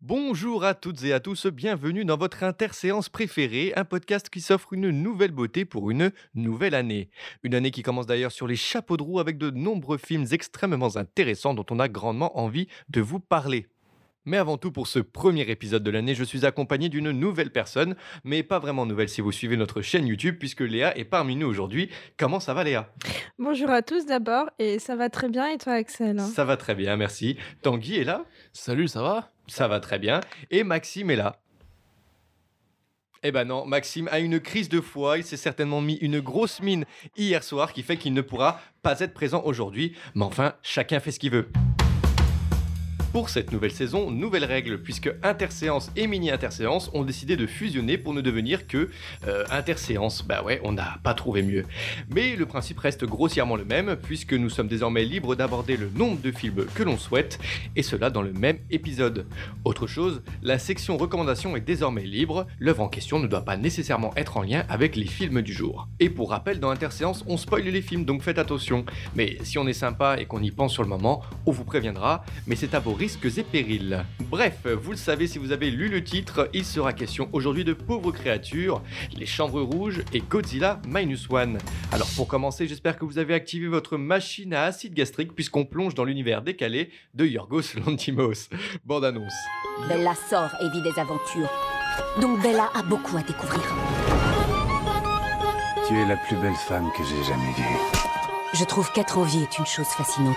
Bonjour à toutes et à tous, bienvenue dans votre interséance préférée, un podcast qui s'offre une nouvelle beauté pour une nouvelle année. Une année qui commence d'ailleurs sur les chapeaux de roue avec de nombreux films extrêmement intéressants dont on a grandement envie de vous parler. Mais avant tout, pour ce premier épisode de l'année, je suis accompagné d'une nouvelle personne, mais pas vraiment nouvelle si vous suivez notre chaîne YouTube, puisque Léa est parmi nous aujourd'hui. Comment ça va Léa? Bonjour à tous d'abord, et ça va très bien, et toi Axel? Ça va très bien, merci. Tanguy est là? Salut, ça va? Ça va très bien. Et Maxime est là. Eh ben non, Maxime a une crise de foie, il s'est certainement mis une grosse mine hier soir qui fait qu'il ne pourra pas être présent aujourd'hui. Mais enfin, chacun fait ce qu'il veut. Pour cette nouvelle saison, nouvelle règle, puisque interséance et mini-interséance ont décidé de fusionner pour ne devenir que interséance. Bah ouais, on n'a pas trouvé mieux. Mais le principe reste grossièrement le même, puisque nous sommes désormais libres d'aborder le nombre de films que l'on souhaite, et cela dans le même épisode. Autre chose, la section recommandations est désormais libre, l'œuvre en question ne doit pas nécessairement être en lien avec les films du jour. Et pour rappel, dans interséance, on spoil les films, donc faites attention. Mais si on est sympa et qu'on y pense sur le moment, on vous préviendra, mais c'est à vos risques et périls. Bref, vous le savez si vous avez lu le titre, il sera question aujourd'hui de pauvres créatures, les chambres rouges et Godzilla Minus One. Alors pour commencer, j'espère que vous avez activé votre machine à acide gastrique puisqu'on plonge dans l'univers décalé de Yorgos Lanthimos. Bande annonce. Bella sort et vit des aventures. Donc Bella a beaucoup à découvrir. Tu es la plus belle femme que j'ai jamais vue. Je trouve qu'être en vie est une chose fascinante.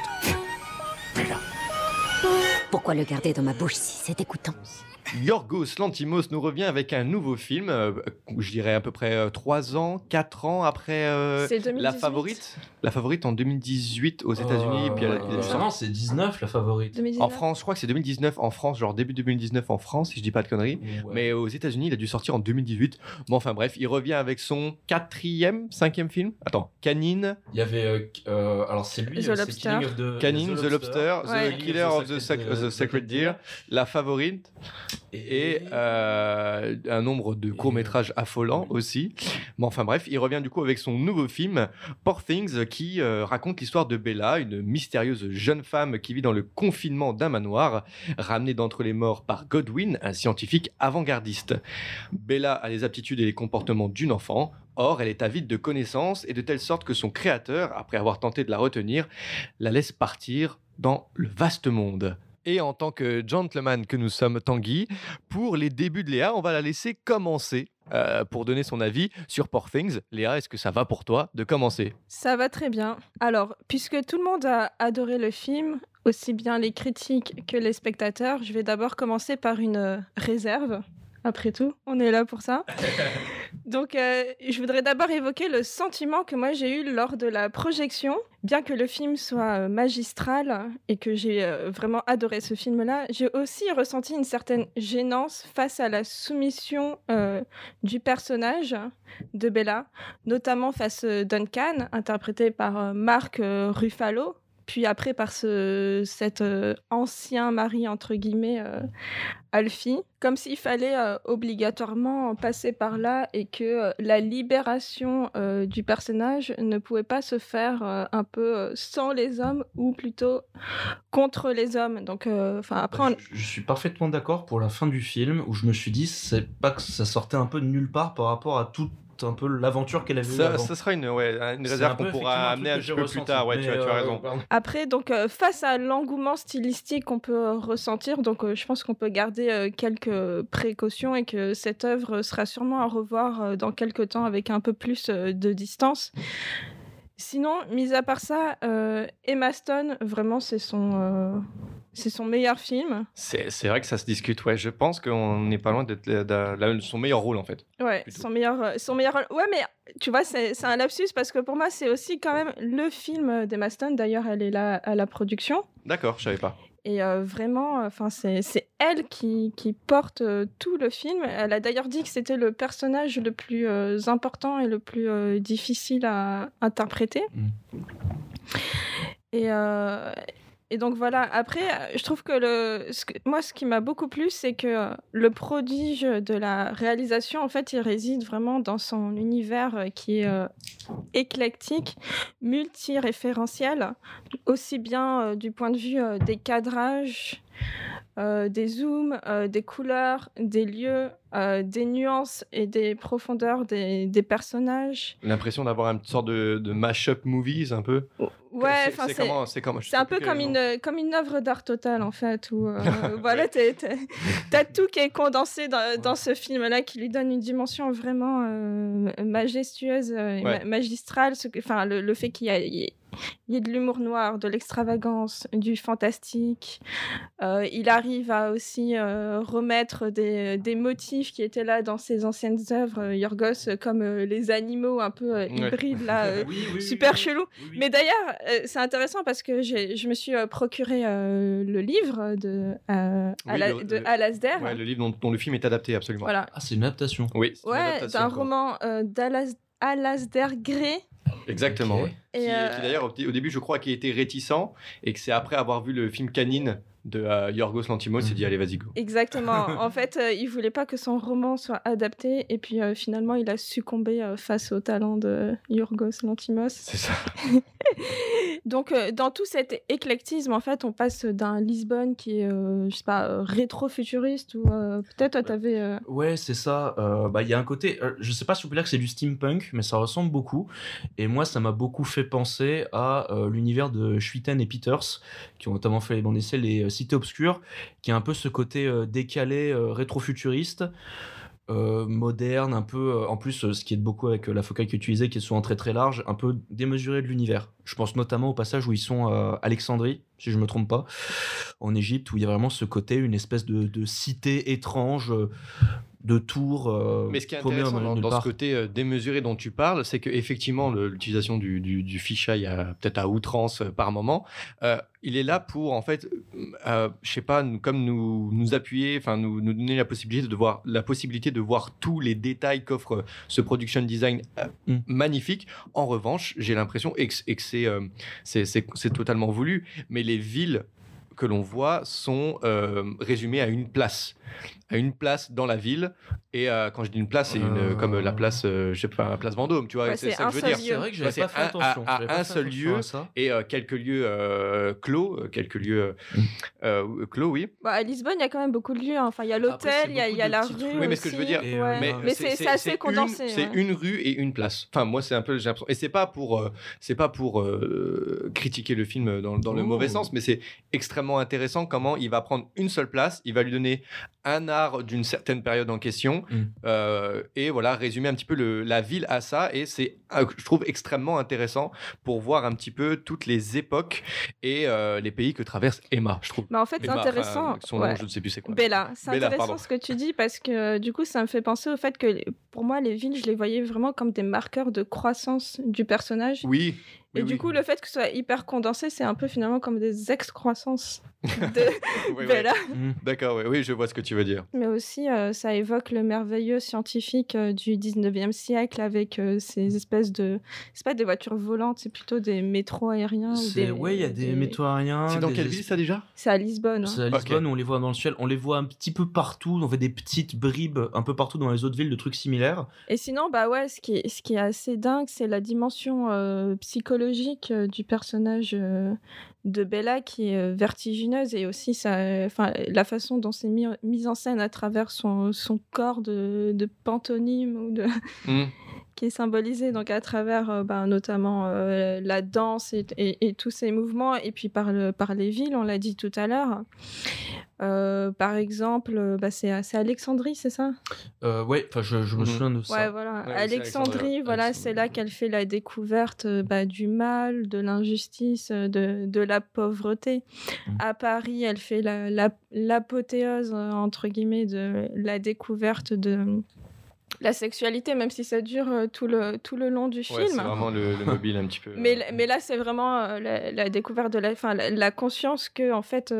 Pourquoi le garder dans ma bouche si c'est dégoûtant? Yorgos Lanthimos nous revient avec un nouveau film, je dirais à peu près 3 ans, 4 ans après C'est 2018. La Favorite. La Favorite en 2018 aux États-Unis. Puis Vraiment, c'est 19 la favorite. 2019. en France, je crois que c'est 2019 en France, genre début 2019 en France, si je dis pas de conneries. Ouais. Mais aux États-Unis, il a dû sortir en 2018. Bon, enfin bref, il revient avec son 5e film. Attends, Canine, Il y avait. Alors, c'est lui, The c'est Lobster. Killing of the. Canine, The Lobster, Ouais. The Killer of the Sacred Deer, La Favorite. Et un nombre de courts-métrages affolants aussi. Mais enfin bref, il revient du coup avec son nouveau film, Poor Things, qui raconte l'histoire de Bella, une mystérieuse jeune femme qui vit dans le confinement d'un manoir, ramenée d'entre les morts par Godwin, un scientifique avant-gardiste. Bella a les aptitudes et les comportements d'une enfant. Or, elle est avide de connaissances et de telle sorte que son créateur, après avoir tenté de la retenir, la laisse partir dans le vaste monde. Et en tant que gentleman que nous sommes, Tanguy, pour les débuts de Léa, on va la laisser commencer pour donner son avis sur Poor Things. Léa, est-ce que ça va pour toi de commencer? Ça va très bien. Alors, puisque tout le monde a adoré le film, aussi bien les critiques que les spectateurs, je vais d'abord commencer par une réserve. Après tout, on est là pour ça. Donc, je voudrais d'abord évoquer le sentiment que moi j'ai eu lors de la projection. Bien que le film soit magistral et que j'ai vraiment adoré ce film-là, j'ai aussi ressenti une certaine gênance face à la soumission du personnage de Bella, notamment face à Duncan, interprété par Mark Ruffalo, puis après par cet ancien mari, entre guillemets, Alfie, comme s'il fallait obligatoirement passer par là et que la libération du personnage ne pouvait pas se faire un peu sans les hommes ou plutôt contre les hommes. Donc, après, Je suis parfaitement d'accord pour la fin du film où je me suis dit, c'est pas que ça sortait un peu de nulle part par rapport à toute un peu l'aventure qu'elle avait eue avant. Ça sera une C'est réserve un peu qu'on pourra effectivement amener un truc petit que peu j'ai plus ressenti. tard. Ouais, Mais, tu as raison. pardon. Après, donc, face à l'engouement stylistique qu'on peut ressentir, donc, je pense qu'on peut garder quelques précautions et que cette œuvre sera sûrement à revoir dans quelques temps avec un peu plus de distance. Sinon, mis à part ça, Emma Stone, vraiment, c'est son meilleur film. C'est vrai que ça se discute, ouais. Je pense qu'on n'est pas loin d'être son meilleur rôle, en fait. Ouais, Plutôt. son meilleur rôle. Ouais, mais tu vois, c'est un lapsus parce que pour moi, c'est aussi quand même le film d'Emma Stone. D'ailleurs, elle est là à la production. D'accord, je savais pas. Et vraiment, c'est elle qui porte tout le film. Elle a d'ailleurs dit que c'était le personnage le plus important et le plus difficile à interpréter. Et donc voilà, après, je trouve que moi, ce qui m'a beaucoup plu, c'est que le prodige de la réalisation, en fait, il réside vraiment dans son univers qui est éclectique, multi-référentiel, aussi bien du point de vue des cadrages, des zooms, des couleurs, des lieux, des nuances et des profondeurs des personnages. L'impression d'avoir une sorte de mash-up movies un peu. Ouais, C'est- enfin c'est comment- c'est comment- je c'est sais un plus peu quel comme est le nom. comme une œuvre d'art totale en fait, où voilà, t'as tout qui est condensé dans ce film-là qui lui donne une dimension vraiment majestueuse et Ouais. magistrale. Enfin, le fait il y ait de l'humour noir, de l'extravagance, du fantastique. Il arrive à aussi remettre des motifs qui étaient là dans ses anciennes œuvres, Yorgos, comme les animaux un peu hybrides, là, super chelou. Mais d'ailleurs, c'est intéressant parce que je me suis procuré le livre de Alasdair. Ouais, le livre dont le film est adapté, absolument. Voilà. Ah, c'est une adaptation. Oui, c'est une Ouais, adaptation, d'un quoi. roman Alasdair Gray. Exactement. Ok. ouais. Et, Qui d'ailleurs, au début, je crois qu'il était réticent et que c'est après avoir vu le film Canine de Yorgos Lanthimos, s'est dit allez, vas-y, go. Exactement. En fait, il voulait pas que son roman soit adapté et puis finalement, il a succombé face au talent de Yorgos Lanthimos. C'est ça. Donc, dans tout cet éclectisme, en fait, on passe d'un Lisbonne qui est, je sais pas, rétro-futuriste ou peut-être toi, t'avais... Ouais, c'est ça. Il y a un côté, je sais pas si on peut dire que c'est du steampunk, mais ça ressemble beaucoup. Et moi, ça m'a beaucoup fait penser à l'univers de Schuiten et Peters, qui ont notamment fait les bandes dessinées Les Cités Obscures, qui a un peu ce côté décalé, rétro-futuriste. Moderne, un peu, en plus, ce qui est beaucoup avec la focale qui est utilisée, qui est souvent très très large, un peu démesuré de l'univers. Je pense notamment au passage où ils sont à Alexandrie, si je me trompe pas, en Égypte, où il y a vraiment ce côté, une espèce de cité étrange, de tours. Mais ce qui est paumées intéressant dans nulle ce part. côté démesuré dont tu parles, c'est qu'effectivement, l'utilisation du fisheye, peut-être à outrance par moment, il est là pour, en fait, je sais pas, comme nous appuyer, enfin nous donner la possibilité de voir tous les détails qu'offre ce production design magnifique. En revanche, j'ai l'impression et que c'est totalement voulu, mais les villes que l'on voit sont résumées à une place dans la ville. Et quand je dis une place, c'est comme la place, je sais pas, la place Vendôme, tu vois, Ouais, c'est c'est ça que je veux un dire. seul C'est vrai que j'avais Ouais, pas c'est fait attention. à j'avais pas un fait seul attention lieu à ça. et quelques lieux clos, oui. Bah, à Lisbonne, il y a quand même beaucoup de lieux. Hein. Enfin, il y a Après, l'hôtel, c'est il y a beaucoup de la petites rue. rues. Oui, mais ce que je veux aussi. dire, Et, Ouais. Mais c'est assez condensé. C'est ouais. une rue et une place. Enfin, moi, c'est un peu, j'ai l'impression. Et c'est pas pour critiquer le film dans le Oh. mauvais sens, mais c'est extrêmement intéressant comment il va prendre une seule place, il va lui donner un art d'une certaine période en question, et voilà, résumer un petit peu la ville à ça. Et c'est, je trouve, extrêmement intéressant pour voir un petit peu toutes les époques et les pays que traverse Emma, je trouve. Mais en fait, c'est Emma, intéressant. enfin, son nom, Ouais. je ne sais plus c'est quoi. Bella, c'est Bella, intéressant pardon. ce que tu dis parce que du coup, ça me fait penser au fait que pour moi, les villes, je les voyais vraiment comme des marqueurs de croissance du personnage. Oui. Et oui, du oui. coup, le fait que ce soit hyper condensé, c'est un peu finalement comme des excroissances de Oui, oui. Bella. D'accord, oui, je vois ce que tu veux dire. Mais aussi, ça évoque le merveilleux scientifique du 19e siècle avec ces espèces de... C'est pas des voitures volantes, c'est plutôt des métros aériens. Ouais, il y a des métaux aériens. C'est dans des quelle ville ça déjà? C'est à Lisbonne. Hein. C'est à Lisbonne où on les voit dans le ciel. On les voit un petit peu partout. On fait des petites bribes un peu partout dans les autres villes de trucs similaires. Et sinon, bah ouais, ce qui est assez dingue, c'est la dimension psychologique du personnage de Bella qui est vertigineuse et aussi la façon dont c'est mis en scène à travers son corps de pantomime ou qui est symbolisé donc à travers notamment la danse et tous ces mouvements et puis par les villes, on l'a dit tout à l'heure. Par exemple, c'est Alexandrie, c'est ça? Ouais, enfin je me souviens de ça. Ouais, voilà. Ouais, Alexandrie, voilà, Alexandrie. c'est là qu'elle fait la découverte du mal, de l'injustice, de la pauvreté. À Paris, elle fait l'apothéose, entre guillemets, de la découverte de la sexualité, même si ça dure tout le long du film. Ouais, c'est vraiment le mobile un petit peu. Mais là, c'est vraiment la découverte de la conscience que, en fait,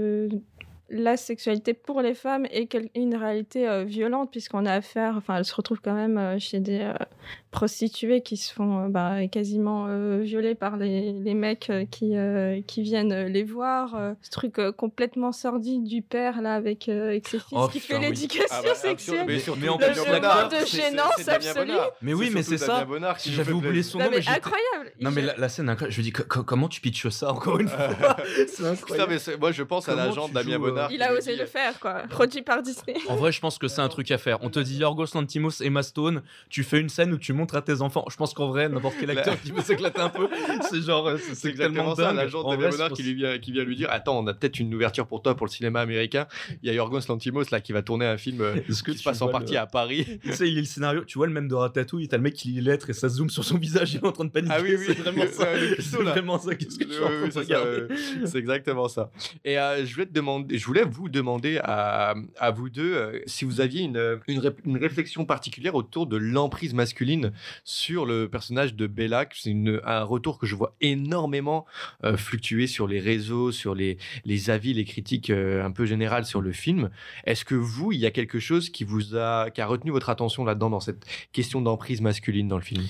la sexualité pour les femmes est une réalité violente, puisqu'on a affaire, elles se retrouvent quand même chez des prostituées qui se font quasiment violer par les mecs qui viennent les voir. Ce truc complètement sordide du père, là, avec ses fils, Oh, qui putain, fait oui. l'éducation sexuelle. Mais surtout, Mais en Damien plus, Bonnard. de gênance C'est Damien absolue. Bonnard. Mais oui, mais c'est surtout ça. Damien Bonnard qui nous J'avais fait oublié plaisir. son Non, nom, mais mais j'étais- incroyable. Non mais la scène est incroyable. Je me dis comment tu pitches ça encore une fois. C'est Putain, incroyable. mais moi je pense à Comment l'agent tu Damien joues, Léonard. Il a osé le faire, quoi. Produit par Disney. En vrai, je pense que c'est un truc à faire. On te dit Yorgos Lanthimos, Emma Stone, tu fais une scène où tu montres à tes enfants. Je pense qu'en vrai, n'importe quel acteur qui veut s'éclater un peu, c'est genre, c'est exactement tellement ça, dingue. l'agent En de vrai, Léonard je pense- qui vient lui dire attends, on a peut-être une ouverture pour toi pour le cinéma américain. Il y a Yorgos Lanthimos là qui va tourner un film Est-ce que qui se tu passe en vois partie le- à Paris. Tu sais, il est le scénario. Tu vois le même de Ratatouille, t'as le mec qui lit les lettres et ça zoome sur son visage, il est en train de paniquer. Ah oui, oui, c'est vraiment ça. le C'est cuistot, là. vraiment ça. Qu'est-ce que tu es en train Oui, de c'est ça, regarder c'est exactement ça. Et je voulais vous demander à vous deux si vous aviez une réflexion particulière autour de l'emprise masculine sur le personnage de Bella. C'est un retour que je vois énormément fluctuer sur les réseaux, sur les avis, les critiques un peu générales sur le film. Est-ce que vous, il y a quelque chose qui a retenu votre attention là-dedans dans cette question d'emprise masculine dans le film?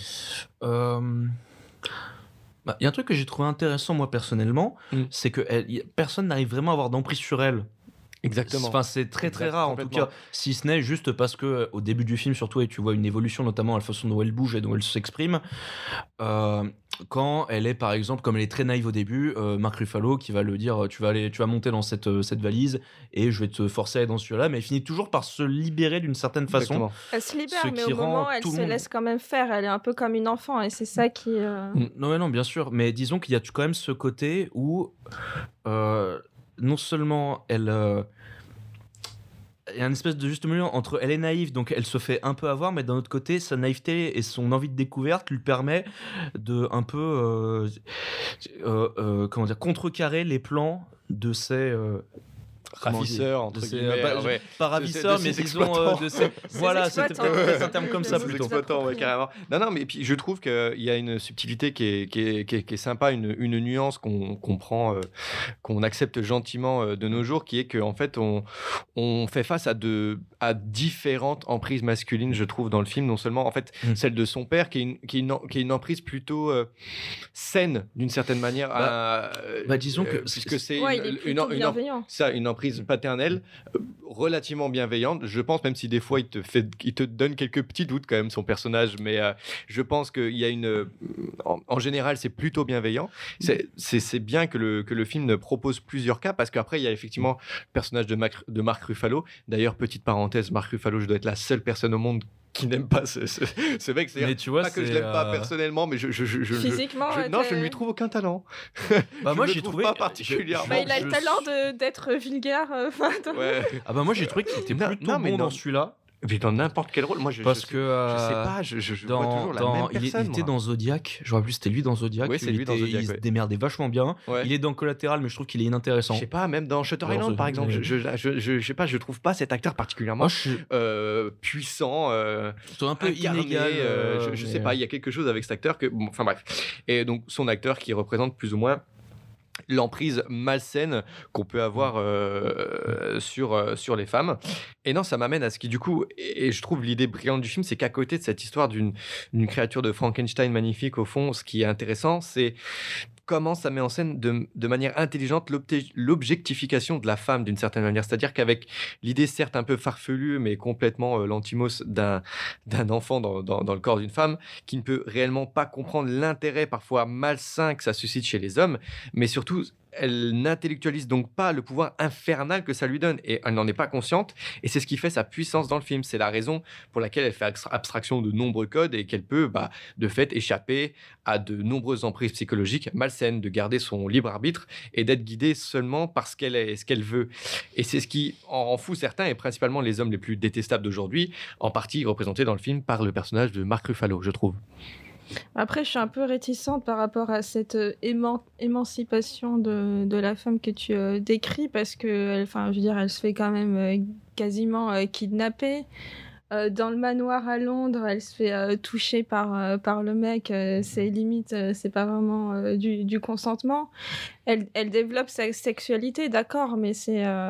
Il y a un truc que j'ai trouvé intéressant, moi, personnellement, c'est que personne n'arrive vraiment à avoir d'emprise sur elle. Exactement. Enfin, c'est très très rare en tout Complètement. cas, si ce n'est juste parce que au début du film surtout, et tu vois une évolution notamment à la façon dont elle bouge et dont elle s'exprime. Quand elle est par exemple, comme elle est très naïve au début, Mark Ruffalo qui va le dire, tu vas monter dans cette valise et je vais te forcer à aller dans ce là, mais elle finit toujours par se libérer d'une certaine façon. Exactement. Elle se libère, Ce mais qui au rend moment, elle tout le se monde- laisse quand même faire. Elle est un peu comme une enfant, et c'est ça qui... Non, bien sûr, mais disons qu'il y a quand même ce côté où non seulement elle il y a une espèce de juste milieu entre elle est naïve, donc elle se fait un peu avoir, mais d'un autre côté, sa naïveté et son envie de découverte lui permet de un peu comment dire, contrecarrer les plans de ses Ravisseur, entre de ses, guillemets, ouais. pas ravisseurs, de mais ses disons exploitants. de ses voilà, c'était exploitants. peut-être un terme comme ça Des Des plutôt. exploitants, ouais, carrément. Non, mais puis je trouve qu'il y a une subtilité qui est sympa, une nuance qu'on comprend, qu'on accepte gentiment de nos jours, qui est qu'en fait, on fait face à différentes emprises masculines, je trouve, dans le film. Non seulement, en fait, celle de son père, qui est une emprise plutôt saine, d'une certaine manière. Disons que puisque c'est Ouais, il est plutôt bienveillant. une emprise paternelle relativement bienveillante, je pense, même si des fois il te donne quelques petits doutes quand même, son personnage, mais je pense qu'il y a en général c'est plutôt bienveillant. C'est bien que le film propose plusieurs cas, parce qu'après il y a effectivement le personnage de Mark Ruffalo. D'ailleurs, petite parenthèse, Mark Ruffalo, je dois être la seule personne au monde qui n'aime pas ce mec. Mais tu vois, pas que je l'aime pas personnellement, mais Physiquement, non, je ne lui trouve aucun talent. moi Je j'ai le trouve trouvé pas particulièrement. Bah, il a le talent d'être vulgaire. Ouais. moi j'ai trouvé qu'il était Non, plutôt non, mais bon non. dans celui-là. Mais dans n'importe quel rôle, moi Parce je que sais pas, je vois toujours la même personne. il était moi. dans Zodiac, je vois plus c'était lui dans Zodiac. Ouais, c'est lui dans Zodiac, il ouais. se démerdait vachement bien. Ouais. Il est dans Collatéral, mais je trouve qu'il est inintéressant. Je sais pas, même dans Shutter Alors, Island par exemple, mais- je sais pas, je trouve pas cet acteur particulièrement Moi, je suis puissant, un peu incarné, inégal. je mais- sais pas, il y a quelque chose avec cet acteur que, bon, enfin bref. Et donc son acteur qui représente plus ou moins l'emprise malsaine qu'on peut avoir sur les femmes. Et non, ça m'amène à ce qui, du coup, et je trouve l'idée brillante du film, c'est qu'à côté de cette histoire d'une créature de Frankenstein magnifique, au fond, ce qui est intéressant, c'est comment ça met en scène de manière intelligente l'objectification de la femme d'une certaine manière. C'est-à-dire qu'avec l'idée certes un peu farfelue, mais complètement l'antimos d'un enfant dans le corps d'une femme, qui ne peut réellement pas comprendre l'intérêt parfois malsain que ça suscite chez les hommes, mais surtout, elle n'intellectualise donc pas le pouvoir infernal que ça lui donne, et elle n'en est pas consciente, et c'est ce qui fait sa puissance dans le film. C'est la raison pour laquelle elle fait abstraction de nombreux codes et qu'elle peut, de fait, échapper à de nombreuses emprises psychologiques malsaines, de garder son libre arbitre et d'être guidée seulement par ce qu'elle est et ce qu'elle veut. Et c'est ce qui en rend fou certains, et principalement les hommes les plus détestables d'aujourd'hui, en partie représentés dans le film par le personnage de Mark Ruffalo, je trouve. Après, je suis un peu réticente par rapport à cette émancipation de la femme que tu décris, parce que, enfin, je veux dire, elle se fait quand même quasiment kidnapper. Dans le manoir à Londres, elle se fait toucher par le mec. C'est limite, c'est pas vraiment du consentement. Elle développe sa sexualité, d'accord, mais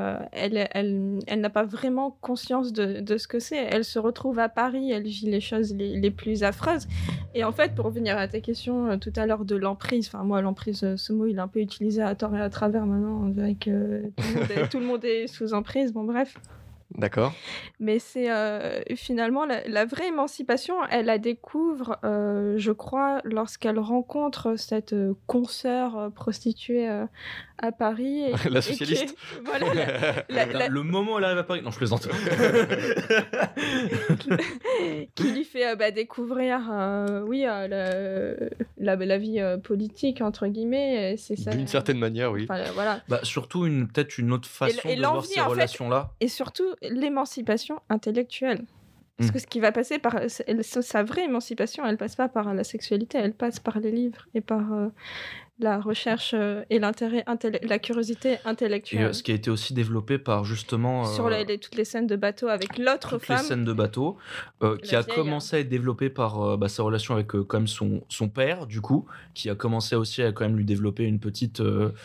elle n'a pas vraiment conscience de ce que c'est. Elle se retrouve à Paris, elle vit les choses les plus affreuses. Et en fait, pour revenir à ta question tout à l'heure de l'emprise, enfin moi l'emprise, ce mot il est un peu utilisé à tort et à travers maintenant. On dirait que tout le monde est sous emprise. Bon bref. D'accord. Mais c'est finalement la vraie émancipation, elle la découvre, je crois, lorsqu'elle rencontre cette consoeur prostituée à Paris. La socialiste. Voilà, Le moment où elle arrive à Paris. Non, je plaisante. qui lui fait découvrir la vie politique, entre guillemets. C'est ça. D'une certaine manière, oui. Enfin, voilà. Bah, surtout peut-être une autre façon Et de voir l'envie, ces en fait, relations-là. Et surtout, l'émancipation intellectuelle. Parce que ce qui va passer par sa vraie émancipation, elle passe pas par la sexualité, elle passe par les livres et par la recherche et l'intérêt, la curiosité Et intellectuelle. ce qui a été aussi développé par justement Sur toutes les scènes de bateau avec l'autre toutes femme. les scènes de bateau, qui a vieille, commencé à être développée par sa relation avec quand même son père, du coup, qui a commencé aussi à quand même lui développer une petite,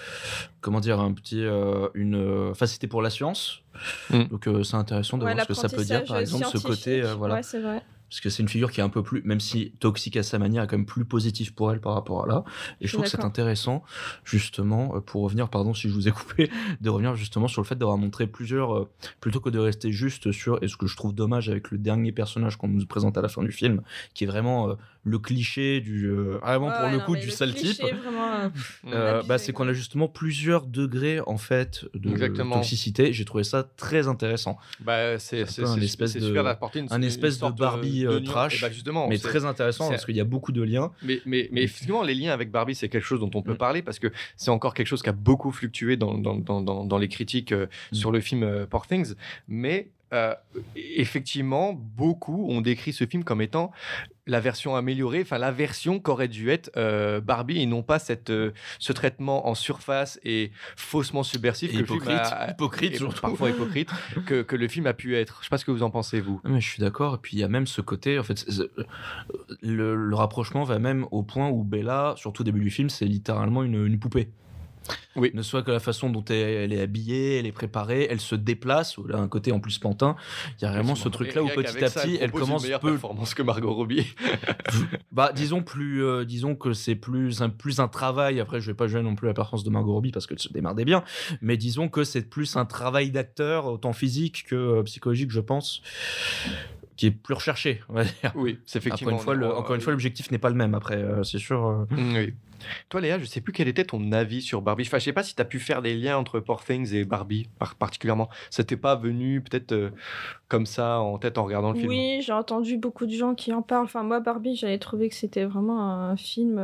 une facilité pour la science. Donc c'est intéressant de Ouais, voir ce que ça peut dire, par exemple, ce côté, voilà. Ouais, c'est vrai. Parce que c'est une figure qui est un peu plus, même si toxique à sa manière, est quand même plus positive pour elle par rapport à là. Et je trouve que c'est intéressant, justement, pour revenir, pardon si je vous ai coupé, de revenir justement sur le fait d'avoir montré plusieurs, plutôt que de rester juste sur, et ce que je trouve dommage avec le dernier personnage qu'on nous présente à la fin du film, qui est vraiment le cliché vraiment pour le coup du sale type. C'est qu'on a justement plusieurs degrés en fait de toxicité. J'ai trouvé ça très intéressant. C'est super d'apporter un espèce de Barbie trash, mais très intéressant parce qu'il y a beaucoup de liens. Mais effectivement, les liens avec Barbie, c'est quelque chose dont on peut parler parce que c'est encore quelque chose qui a beaucoup fluctué dans les critiques sur le film Poor Things. Mais effectivement, beaucoup ont décrit ce film comme étant la version améliorée, enfin la version qu'aurait dû être Barbie et non pas ce traitement en surface et faussement subversif hypocrite surtout. Parfois hypocrite que le film a pu être. Je sais pas ce que vous en pensez, vous. Mais je suis d'accord. Et puis il y a même ce côté, en fait, le rapprochement va même au point où Bella, surtout au début du film, c'est littéralement une poupée. Oui. Ne soit que la façon dont elle est habillée, elle est préparée, elle se déplace, ou là un côté en plus pantin, il y a vraiment ce truc là où petit à petit elle commence une meilleure performance que Margot Robbie. Disons que c'est plus un travail. Après je vais pas jouer non plus la performance de Margot Robbie parce qu'elle se démerdait bien, mais disons que c'est plus un travail d'acteur autant physique que psychologique, je pense, qui est plus recherché, on va dire. Oui, c'est effectivement. Encore une fois, l'objectif n'est pas le même. Après, c'est sûr. Oui. Toi, Léa, je sais plus quel était ton avis sur Barbie. Enfin, je sais pas si tu as pu faire des liens entre Poor Things et Barbie, particulièrement. Ça t'est pas venu peut-être comme ça en tête en regardant le film? Oui, j'ai entendu beaucoup de gens qui en parlent. Enfin, moi, Barbie, j'avais trouvé que c'était vraiment un film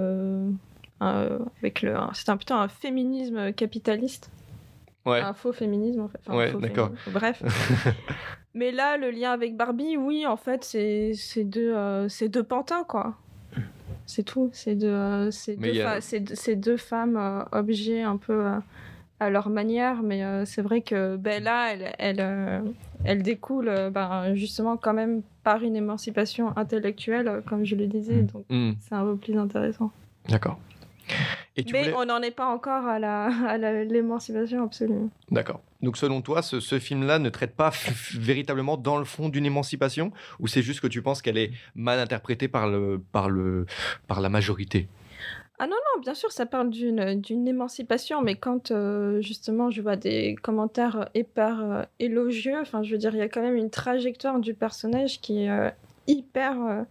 c'était plutôt un féminisme capitaliste. Ouais. Un faux féminisme, en fait. Enfin, ouais, d'accord. Bref. Mais là, le lien avec Barbie, oui, en fait, c'est deux pantins, quoi. C'est tout. C'est deux femmes objets un peu à leur manière. Mais c'est vrai que Bella, elle découle justement quand même par une émancipation intellectuelle, comme je le disais. Donc c'est un peu plus intéressant. D'accord. Mais on n'en est pas encore à l'émancipation absolue. D'accord. Donc selon toi, ce film-là ne traite pas véritablement dans le fond d'une émancipation, ou c'est juste que tu penses qu'elle est mal interprétée par la majorité? Ah non, bien sûr, ça parle d'une émancipation, mais quand justement je vois des commentaires hyper élogieux, enfin je veux dire, il y a quand même une trajectoire du personnage qui est hyper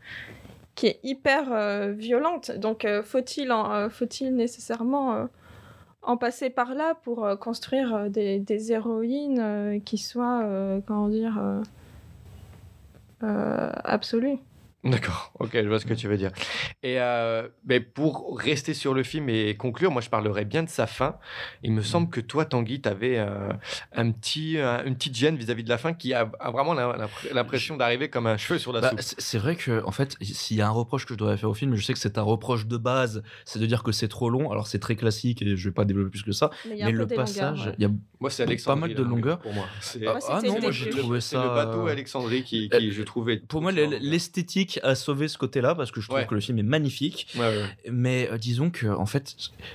violente. Donc, faut-il nécessairement en passer par là pour construire des héroïnes qui soient, absolues? D'accord, ok, je vois ce que tu veux dire. Et mais pour rester sur le film et conclure, moi je parlerais bien de sa fin. Il me semble que toi, Tanguy, tu avais une petite gêne vis-à-vis de la fin qui a vraiment l'impression d'arriver comme un cheveu sur la soupe. C'est vrai que, en fait, s'il y a un reproche que je devrais faire au film, je sais que c'est un reproche de base, c'est de dire que c'est trop long. Alors c'est très classique et je vais pas développer plus que ça. Mais le passage, il y a moi, c'est pas mal de longueur. Pour moi. Moi j'ai trouvé ça. C'est le bateau Alexandrie qui je trouvais. Pour moi, l'esthétique a sauvé ce côté-là parce que je trouve que le film est magnifique. Mais disons que en fait,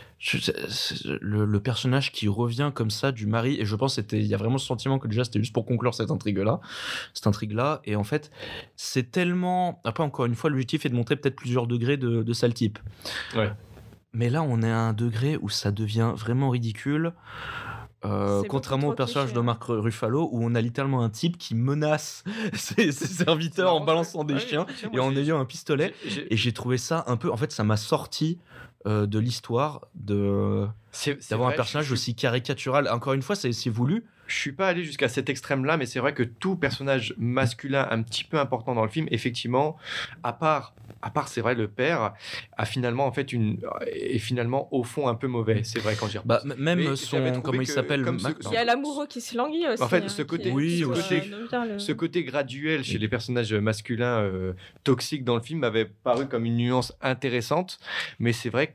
le personnage qui revient comme ça du mari, et je pense il y a vraiment ce sentiment que déjà c'était juste pour conclure cette intrigue là, et en fait c'est tellement, après encore une fois l'objectif est de montrer peut-être plusieurs degrés de sale type. Mais là on est à un degré où ça devient vraiment ridicule. C'est contrairement beaucoup au trop personnage cliché, de Mark Ruffalo, où on a littéralement un type qui menace ses serviteurs en balançant des chiens et en ayant un pistolet. Et j'ai trouvé ça un peu. En fait, ça m'a sorti de l'histoire d'avoir un personnage aussi caricatural. Encore une fois, c'est voulu. Je suis pas allé jusqu'à cet extrême-là, mais c'est vrai que tout personnage masculin un petit peu important dans le film, effectivement, à part c'est vrai le père, a finalement en fait est finalement au fond un peu mauvais. C'est vrai quand j'y repense. Même Mais j'avais son trouvé comment il que, s'appelle comme Mac- Il y a l'amoureux qui se languit aussi. En fait, hein, ce côté- Oui, aussi. ce côté graduel chez les personnages masculins toxiques dans le film m'avait paru comme une nuance intéressante, mais c'est vrai que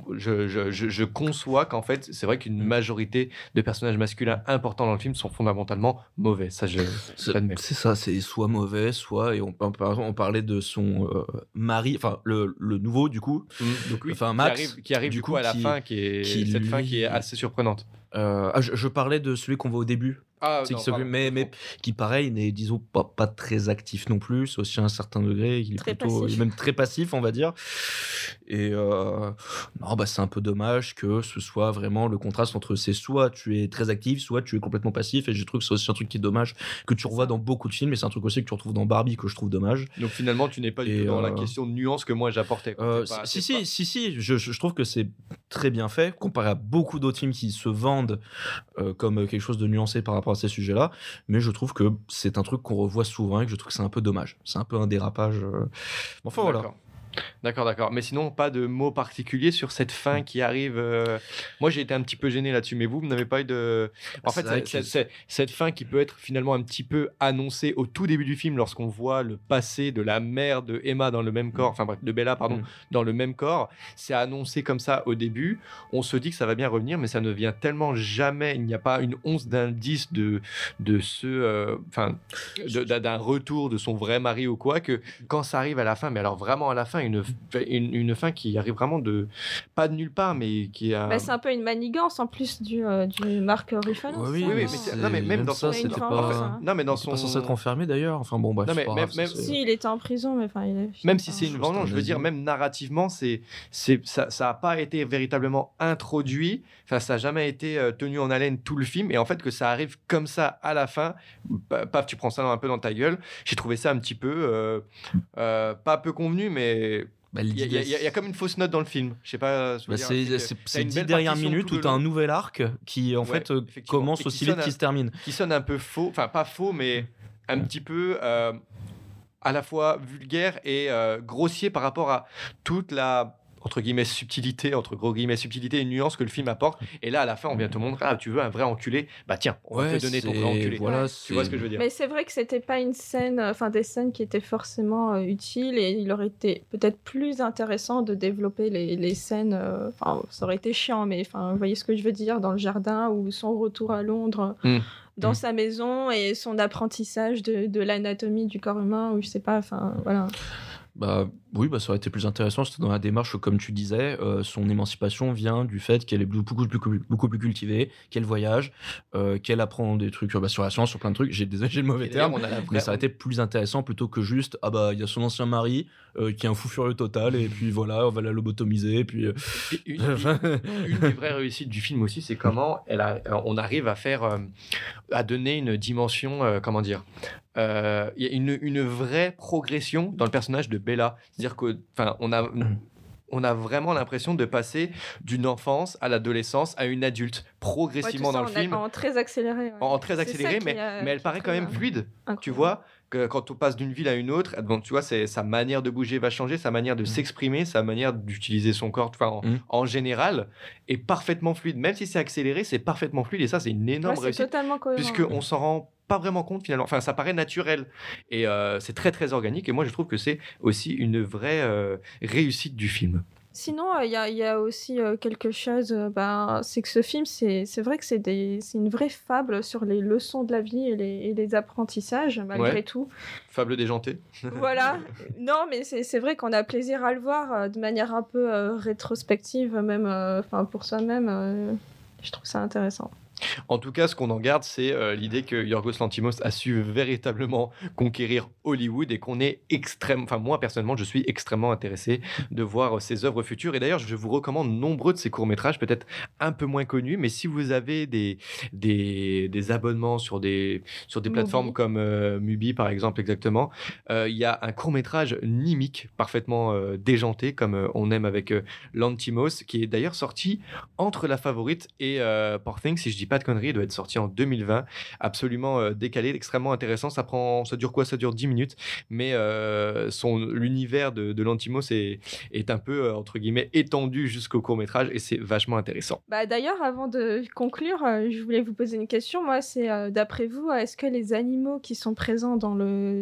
je conçois qu'en fait, c'est vrai qu'une majorité de personnages masculins importants dans le film sont fondamentalement mauvais. Ça, j'admets. C'est ça, c'est soit mauvais, soit. Et on parlait de son mari, enfin le nouveau du coup. Donc oui, Enfin, Max, qui arrive du coup à la fin, cette fin qui est assez surprenante. Je parlais de celui qu'on voit au début. Ah, C'est non, qui s'occupe- pardon. mais qui pareil n'est disons pas très actif non plus, c'est aussi à un certain degré, il est Très plutôt passif. même très passif on va dire. Et non bah c'est un peu dommage que ce soit vraiment le contraste entre c'est soit tu es très actif, soit tu es complètement passif, et je trouve que c'est aussi un truc qui est dommage que tu revois dans beaucoup de films, et c'est un truc aussi que tu retrouves dans Barbie que je trouve dommage. Donc finalement, tu n'es pas du Et, tout dans la question de nuance que moi j'apportais. quoi. T'es pas- Si, t'es pas- je trouve que c'est très bien fait comparé à beaucoup d'autres films qui se vendent comme quelque chose de nuancé par rapport à ces sujets-là, mais je trouve que c'est un truc qu'on revoit souvent et que je trouve que c'est un peu dommage. C'est un peu un dérapage. Enfin voilà. D'accord. Mais sinon, pas de mots particuliers sur cette fin qui arrive. Moi, j'ai été un petit peu gêné là-dessus, mais vous n'avez pas eu de. En C'est fait, vrai que cette fin qui peut être finalement un petit peu annoncée au tout début du film lorsqu'on voit le passé de la mère de Emma dans le même corps, enfin bref, de Bella, pardon, dans le même corps. C'est annoncé comme ça au début. On se dit que ça va bien revenir, mais ça ne vient tellement jamais. Il n'y a pas une once d'indice d'un retour de son vrai mari ou quoi, que quand ça arrive à la fin, mais alors vraiment à la fin, une fin qui arrive vraiment pas de nulle part, mais qui a. Bah, c'est un peu une manigance en plus du Mark Ruffalo. Oui, Oui, mais c'est- non, mais même dans ça, son. c'était une fin, pas. ça. Non, mais dans C'est son. pas censé être enfermé d'ailleurs. Enfin bon, bref. Non, mais c'est pas même- grave, ça, c'est- Si, il était en prison, mais enfin, il est. Même si c'est une Chose vengeance, je veux dire, nazie. même narrativement, ça a pas été véritablement introduit. Enfin, ça a jamais été tenu en haleine tout le film. Et en fait, que ça arrive comme ça à la fin, paf, tu prends ça un peu dans ta gueule. J'ai trouvé ça un petit peu, pas peu convenu, mais Bah, il y a comme une fausse note dans le film. Je sais pas. ce que je veux dire, c'est que t'as c'est une 10 belle dernières partition minutes tout où le tu as un long nouvel arc qui en Ouais, fait effectivement. commence Et qui aussi vite sonne qu'il se termine. qui sonne un peu faux, enfin pas faux, mais un petit peu à la fois vulgaire et grossier par rapport à toute la entre guillemets subtilité, entre gros guillemets subtilité et nuance que le film apporte. Et là, à la fin, on vient te montrer, ah, tu veux un vrai enculé, bah tiens, on va te donner ton vrai enculé. Voilà, Tu vois ce que je veux dire? Mais c'est vrai que c'était pas une scène, enfin des scènes qui étaient forcément utiles, et il aurait été peut-être plus intéressant de développer les scènes. Enfin, ça aurait été chiant, mais enfin, vous voyez ce que je veux dire, dans le jardin ou son retour à Londres. Dans sa maison et son apprentissage de l'anatomie du corps humain, ou je sais pas, enfin voilà. Bah oui, bah ça aurait été plus intéressant. C'était dans la démarche, comme tu disais, son émancipation vient du fait qu'elle est beaucoup plus cultivée, qu'elle voyage, qu'elle apprend des trucs sur la science, sur plein de trucs. Désolé, j'ai le mauvais Et d'ailleurs, terme, on a la mais ça aurait été plus intéressant plutôt que juste ah bah il y a son ancien mari qui est un fou furieux total et puis voilà on va la lobotomiser et puis. Puis une des vraies réussites du film aussi, c'est comment on arrive à faire, à donner une dimension, comment dire. Il y a une vraie progression dans le personnage de Bella. C'est-à-dire on a vraiment l'impression de passer d'une enfance à l'adolescence à une adulte progressivement dans le film. En très accéléré. Ouais. En très C'est accéléré, ça qui mais est- elle qui paraît est quand même très fluide. incroyable. Tu vois que quand on passe d'une ville à une autre, bon, tu vois, sa manière de bouger va changer, sa manière de s'exprimer, sa manière d'utiliser son corps, en général, est parfaitement fluide. Même si c'est accéléré, c'est parfaitement fluide. Et ça, c'est une énorme Ouais, c'est réussite. totalement cohérent. Puisqu'on s'en rend pas vraiment compte finalement. Enfin, ça paraît naturel. Et c'est très, très organique. Et moi, je trouve que c'est aussi une vraie réussite du film. Sinon, il y a aussi quelque chose, c'est que ce film, c'est vrai que c'est une vraie fable sur les leçons de la vie et les apprentissages, malgré Ouais. tout. Fable déjantée. Voilà. Non, mais c'est vrai qu'on a plaisir à le voir de manière un peu rétrospective, même pour soi-même. Je trouve ça intéressant. En tout cas, ce qu'on en garde, c'est l'idée que Yorgos Lanthimos a su véritablement conquérir Hollywood et qu'on est enfin moi personnellement, je suis extrêmement intéressé de voir ses œuvres futures. Et d'ailleurs, je vous recommande nombreux de ses courts-métrages, peut-être un peu moins connus, mais si vous avez des abonnements sur des plateformes Mubi. comme Mubi par exemple, exactement, il y a un court-métrage Nimique parfaitement déjanté, comme on aime avec Lanthimos, qui est d'ailleurs sorti entre La Favorite et Poor Things, si je dis pas de conneries, il doit être sorti en 2020, absolument décalé, extrêmement intéressant. Ça dure quoi? Ça dure 10 minutes, mais l'univers de Lanthimos est un peu entre guillemets étendu jusqu'au court-métrage et c'est vachement intéressant. Bah, d'ailleurs, avant de conclure, je voulais vous poser une question. Moi, c'est d'après vous, est-ce que les animaux qui sont présents dans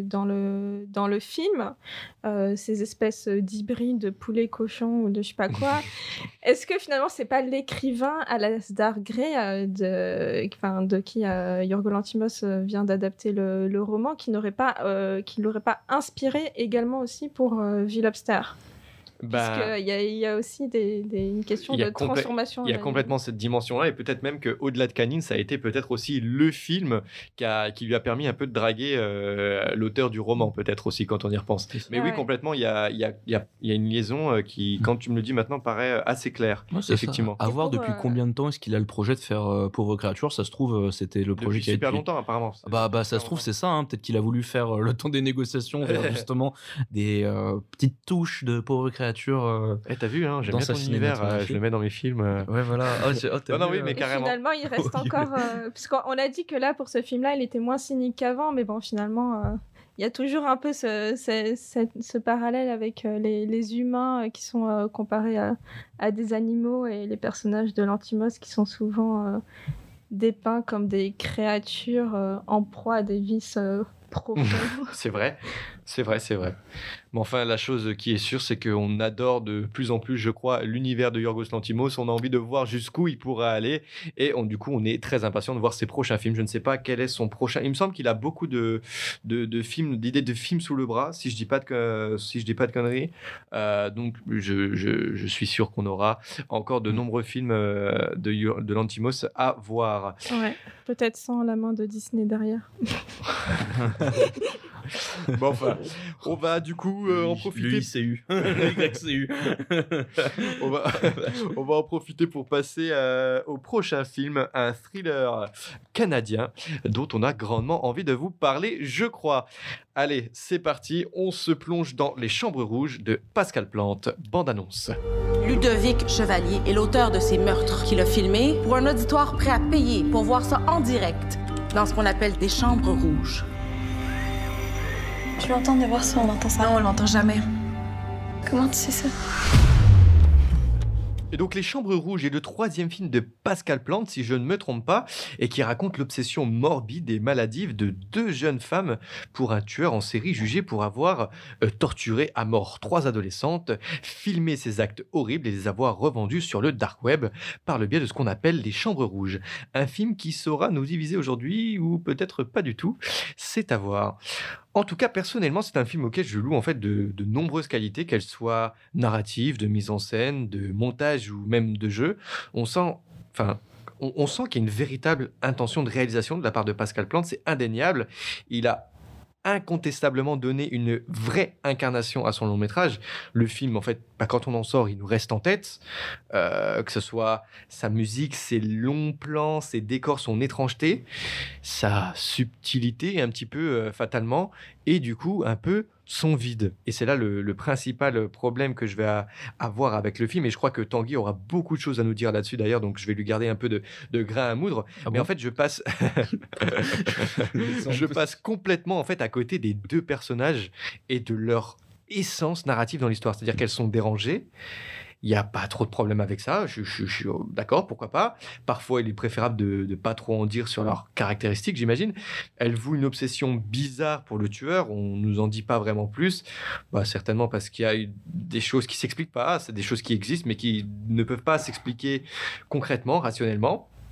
le film, ces espèces d'hybrides de poulet, cochon ou de je sais pas quoi, est-ce que finalement c'est pas l'écrivain Alasdair Gray de qui Yorgos Lanthimos vient d'adapter le roman qui l'aurait pas inspiré également aussi pour Ville Lobster? Puisqu'il y a aussi une question de transformation. Il y a complètement cette dimension-là, et peut-être même qu'au-delà de Canine, ça a été peut-être aussi le film qui lui a permis un peu de draguer l'auteur du roman, peut-être aussi, quand on y repense. Mais oui, complètement, il y a une liaison qui, quand tu me le dis maintenant, paraît assez claire. Ouais, effectivement. À voir depuis combien de temps est-ce qu'il a le projet de faire Pauvre créature. Ça se trouve, c'était le projet qui a super longtemps, apparemment. Bah ça se trouve, c'est ça. Peut-être qu'il a voulu faire le temps des négociations vers justement des petites touches de Pauvre créature. T'as vu, hein, j'aime bien ton univers, je le mets dans mes films. Ouais, voilà. Non, oui, mais carrément. Finalement, il reste encore. Parce qu'on a dit que là, pour ce film-là, il était moins cynique qu'avant, mais bon, finalement, il y a toujours un peu ce parallèle avec les humains qui sont comparés à des animaux et les personnages de Lanthimos qui sont souvent dépeints comme des créatures en proie à des vices profonds. C'est vrai. Mais enfin, la chose qui est sûre, c'est qu'on adore de plus en plus, je crois, l'univers de Yorgos Lanthimos. On a envie de voir jusqu'où il pourra aller. Et du coup, on est très impatient de voir ses prochains films. Je ne sais pas quel est son prochain. Il me semble qu'il a beaucoup de films, d'idées de films sous le bras, si je dis pas de conneries. Donc, je suis sûr qu'on aura encore de nombreux films de Lanthimos à voir. Ouais, peut-être sans la main de Disney derrière. Bon, enfin, on va du coup en profiter. Le ICU. YCU. on va en profiter pour passer au prochain film, un thriller canadien dont on a grandement envie de vous parler, je crois. Allez, c'est parti, on se plonge dans Les Chambres Rouges de Pascal Plante, bande-annonce. Ludovic Chevalier est l'auteur de ces meurtres qu'il a filmés pour un auditoire prêt à payer pour voir ça en direct dans ce qu'on appelle des chambres rouges. Je l'entends de voir si on entend ça. Non, on l'entend jamais. Comment tu sais ça? Et donc Les Chambres Rouges est le 3e film de Pascal Plante, si je ne me trompe pas, et qui raconte l'obsession morbide et maladive de 2 jeunes femmes pour un tueur en série jugé pour avoir torturé à mort 3 adolescentes, filmé ces actes horribles et les avoir revendus sur le dark web par le biais de ce qu'on appelle les Chambres Rouges. Un film qui saura nous diviser aujourd'hui ou peut-être pas du tout, c'est à voir. En tout cas, personnellement, c'est un film auquel je loue en fait de nombreuses qualités, qu'elles soient narratives, de mise en scène, de montage ou même de jeu. On sent qu'il y a une véritable intention de réalisation de la part de Pascal Plante, c'est indéniable. Il a incontestablement donné une vraie incarnation à son long métrage. Le film, en fait, quand on en sort, il nous reste en tête, que ce soit sa musique, ses longs plans, ses décors, son étrangeté, sa subtilité un petit peu fatalement, et du coup un peu son vide. Et c'est là le principal problème que je vais avoir avec le film, et je crois que Tanguy aura beaucoup de choses à nous dire là-dessus d'ailleurs, donc je vais lui garder un peu de grain à moudre. Mais en fait, je passe complètement en fait à côté des 2 personnages et de leur essence narrative dans l'histoire. C'est-à-dire qu'elles sont dérangées. Il n'y a pas trop de problème avec ça, je suis d'accord, pourquoi pas. Parfois, il est préférable de pas trop en dire sur leurs caractéristiques, j'imagine. Elles vouent une obsession bizarre pour le tueur, on nous en dit pas vraiment plus. Certainement parce qu'il y a des choses qui s'expliquent pas, c'est des choses qui existent, mais qui ne peuvent pas s'expliquer concrètement, rationnellement.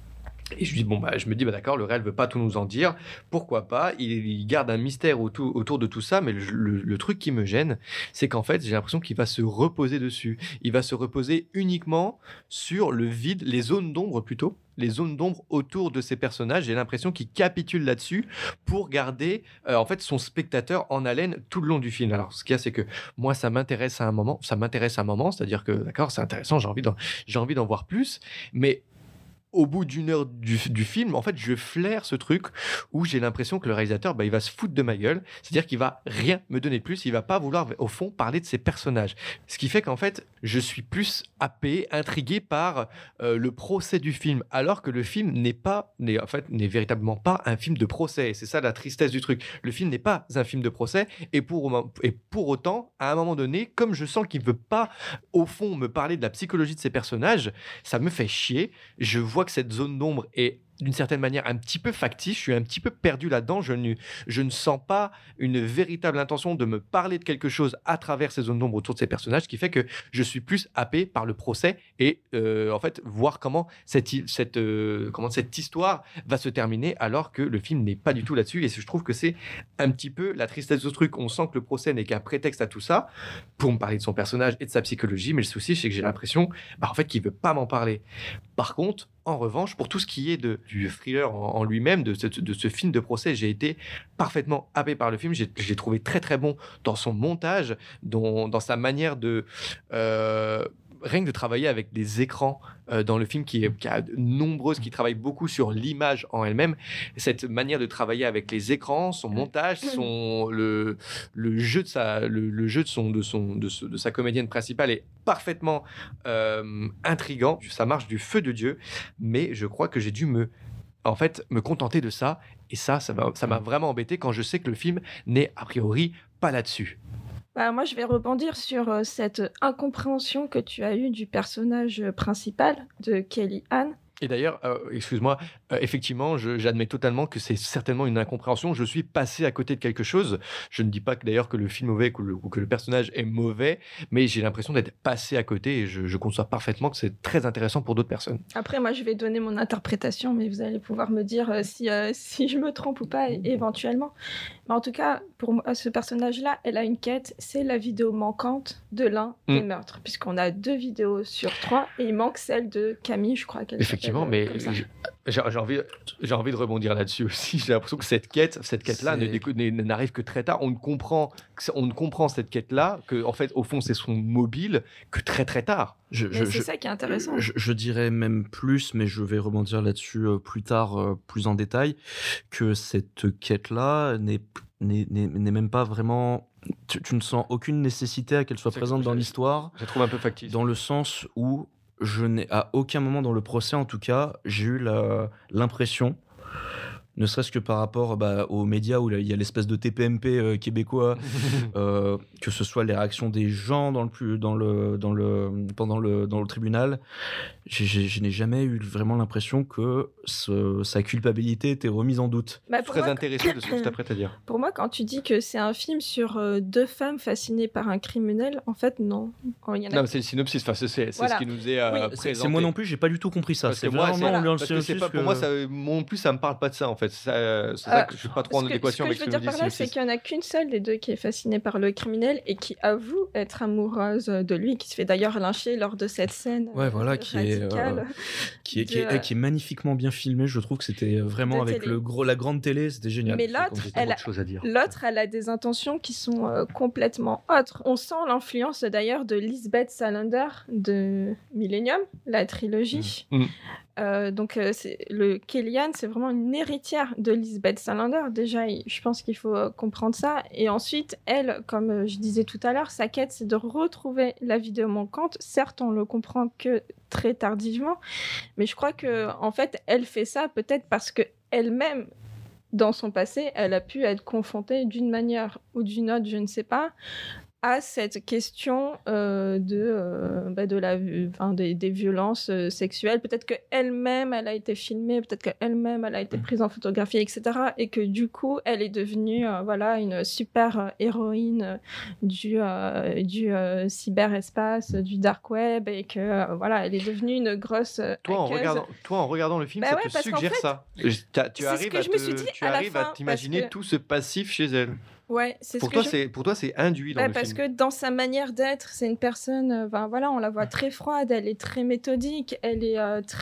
Et je me dis, d'accord, le réel veut pas tout nous en dire, pourquoi pas, il garde un mystère autour de tout ça, mais le truc qui me gêne, c'est qu'en fait, j'ai l'impression qu'il va se reposer dessus. Il va se reposer uniquement sur le vide, les zones d'ombre plutôt, les zones d'ombre autour de ces personnages. J'ai l'impression qu'il capitule là-dessus pour garder en fait son spectateur en haleine tout le long du film. Alors, ce qu'il y a, c'est que moi, ça m'intéresse à un moment, c'est-à-dire que, d'accord, c'est intéressant, j'ai envie d'en voir plus, mais au bout d'une heure du film, en fait, je flaire ce truc où j'ai l'impression que le réalisateur, il va se foutre de ma gueule. C'est-à-dire qu'il va rien me donner de plus. Il va pas vouloir, au fond, parler de ses personnages. Ce qui fait qu'en fait, je suis plus happé, intrigué par le procès du film, alors que le film n'est véritablement pas un film de procès. Et c'est ça la tristesse du truc. Le film n'est pas un film de procès. Et pour autant, à un moment donné, comme je sens qu'il veut pas, au fond, me parler de la psychologie de ses personnages, ça me fait chier. Je vois que cette zone d'ombre est d'une certaine manière un petit peu factice, je suis un petit peu perdu là-dedans, je ne sens pas une véritable intention de me parler de quelque chose à travers ces zones d'ombre autour de ces personnages, ce qui fait que je suis plus happé par le procès et en fait voir comment cette histoire va se terminer alors que le film n'est pas du tout là-dessus. Et je trouve que c'est un petit peu la tristesse de ce truc. On sent que le procès n'est qu'un prétexte à tout ça pour me parler de son personnage et de sa psychologie, mais le souci c'est que j'ai l'impression en fait qu'il veut pas m'en parler. Par contre, en revanche, pour tout ce qui est du thriller en lui-même, de ce film de procès, j'ai été parfaitement happé par le film. J'ai trouvé très très bon dans son montage, dans sa manière de rien que de travailler avec des écrans dans le film qui travaille beaucoup sur l'image en elle-même. Cette manière de travailler avec les écrans, son montage, le jeu de sa comédienne principale est parfaitement intriguant. Ça marche du feu de Dieu, mais je crois que j'ai dû me contenter de ça, et ça m'a vraiment embêté quand je sais que le film n'est a priori pas là-dessus. Moi, je vais rebondir sur cette incompréhension que tu as eue du personnage principal de Kellyanne. Et d'ailleurs, excuse-moi, effectivement, j'admets totalement que c'est certainement une incompréhension. Je suis passé à côté de quelque chose. Je ne dis pas d'ailleurs que le film est mauvais ou que le personnage est mauvais, mais j'ai l'impression d'être passé à côté et je conçois parfaitement que c'est très intéressant pour d'autres personnes. Après, moi, je vais donner mon interprétation, mais vous allez pouvoir me dire si je me trompe ou pas éventuellement. Mais en tout cas, pour moi, ce personnage-là, elle a une quête, c'est la vidéo manquante de l'un des meurtres, puisqu'on a 2 vidéos sur 3 et il manque celle de Camille, je crois qu'elle Effectivement, mais j'ai envie de rebondir là-dessus aussi. J'ai l'impression que cette quête-là n'arrive que très tard. On ne comprend cette quête-là que, en fait, au fond, c'est son mobile que très très tard. C'est ça qui est intéressant. Je dirais même plus, mais je vais rebondir là-dessus plus tard, plus en détail, que cette quête-là n'est même pas vraiment. Tu ne sens aucune nécessité à qu'elle soit présente dans l'histoire. Je la trouve un peu factice. Dans le sens où je n'ai à aucun moment dans le procès, en tout cas, j'ai eu l'impression, ne serait-ce que par rapport aux médias où il y a l'espèce de TPMP québécois, que ce soit les réactions des gens pendant le tribunal, je n'ai jamais eu vraiment l'impression que sa culpabilité était remise en doute. Très intéressé de ce que tu t'apprêtes à dire. Pour moi, quand tu dis que c'est un film sur 2 femmes fascinées par un criminel, en fait, non. Non, mais c'est le synopsis. Enfin, c'est ce qui nous est présenté. C'est moi non plus, j'ai pas du tout compris ça. Pour moi, ça me parle pas de ça en fait. C'est ça que je suis pas trop en adéquation avec ce que je veux dire par là, c'est qu'il y en a qu'une seule des 2 qui est fascinée par le criminel et qui avoue être amoureuse de lui, qui se fait d'ailleurs lyncher lors de cette scène. Ouais, voilà, qui est magnifiquement bien filmé. Je trouve que c'était vraiment avec la grande télé, c'était génial. Mais l'autre, elle a des intentions qui sont complètement autres. On sent l'influence d'ailleurs de Lisbeth Salander de Millennium, la trilogie. Donc Kellyanne, c'est vraiment une héritière de Lisbeth Salander. Déjà, je pense qu'il faut comprendre ça. Et ensuite, elle, comme je disais tout à l'heure, sa quête, c'est de retrouver la vidéo manquante. Certes, on le comprend que très tardivement, mais je crois que en fait, elle fait ça peut-être parce que elle-même, dans son passé, elle a pu être confrontée d'une manière ou d'une autre, je ne sais pas, à cette question des violences sexuelles. Peut-être qu'elle-même, elle a été filmée, peut-être qu'elle-même, elle a été prise en photographie, etc. Et que du coup, elle est devenue une super héroïne du cyberespace, du dark web, et que elle est devenue une grosse Toi, hackeuse. en regardant le film, Bah ça ouais, te parce qu'en suggère fait, ça. Tu c'est ce que je me suis dit à la arrives à fin, t'imaginer parce que- tout ce passif chez elle. Ouais, c'est ce Pour que toi, je... pour toi, c'est induit dans Bah, le parce film. que dans sa manière d'être, c'est une personne, on la voit très froide, elle est très méthodique, elle est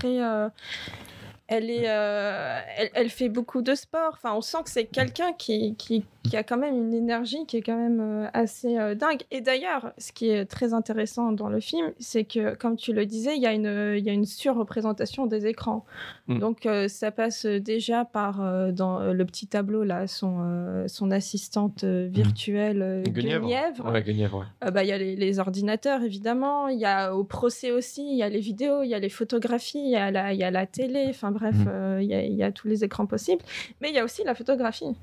elle fait beaucoup de sport. Enfin, on sent que c'est quelqu'un qui a quand même une énergie qui est quand même assez dingue. Et d'ailleurs, ce qui est très intéressant dans le film, c'est que, comme tu le disais, il y a une surreprésentation des écrans. Donc, ça passe déjà par, dans le petit tableau, là, son assistante virtuelle, Guenièvre. Ouais, Guenièvre, ouais. Il y a les ordinateurs, évidemment. Il y a au procès aussi, il y a les vidéos, il y a les photographies, il y a la télé. Enfin bref, il y a tous les écrans possibles. Mais il y a aussi la photographie.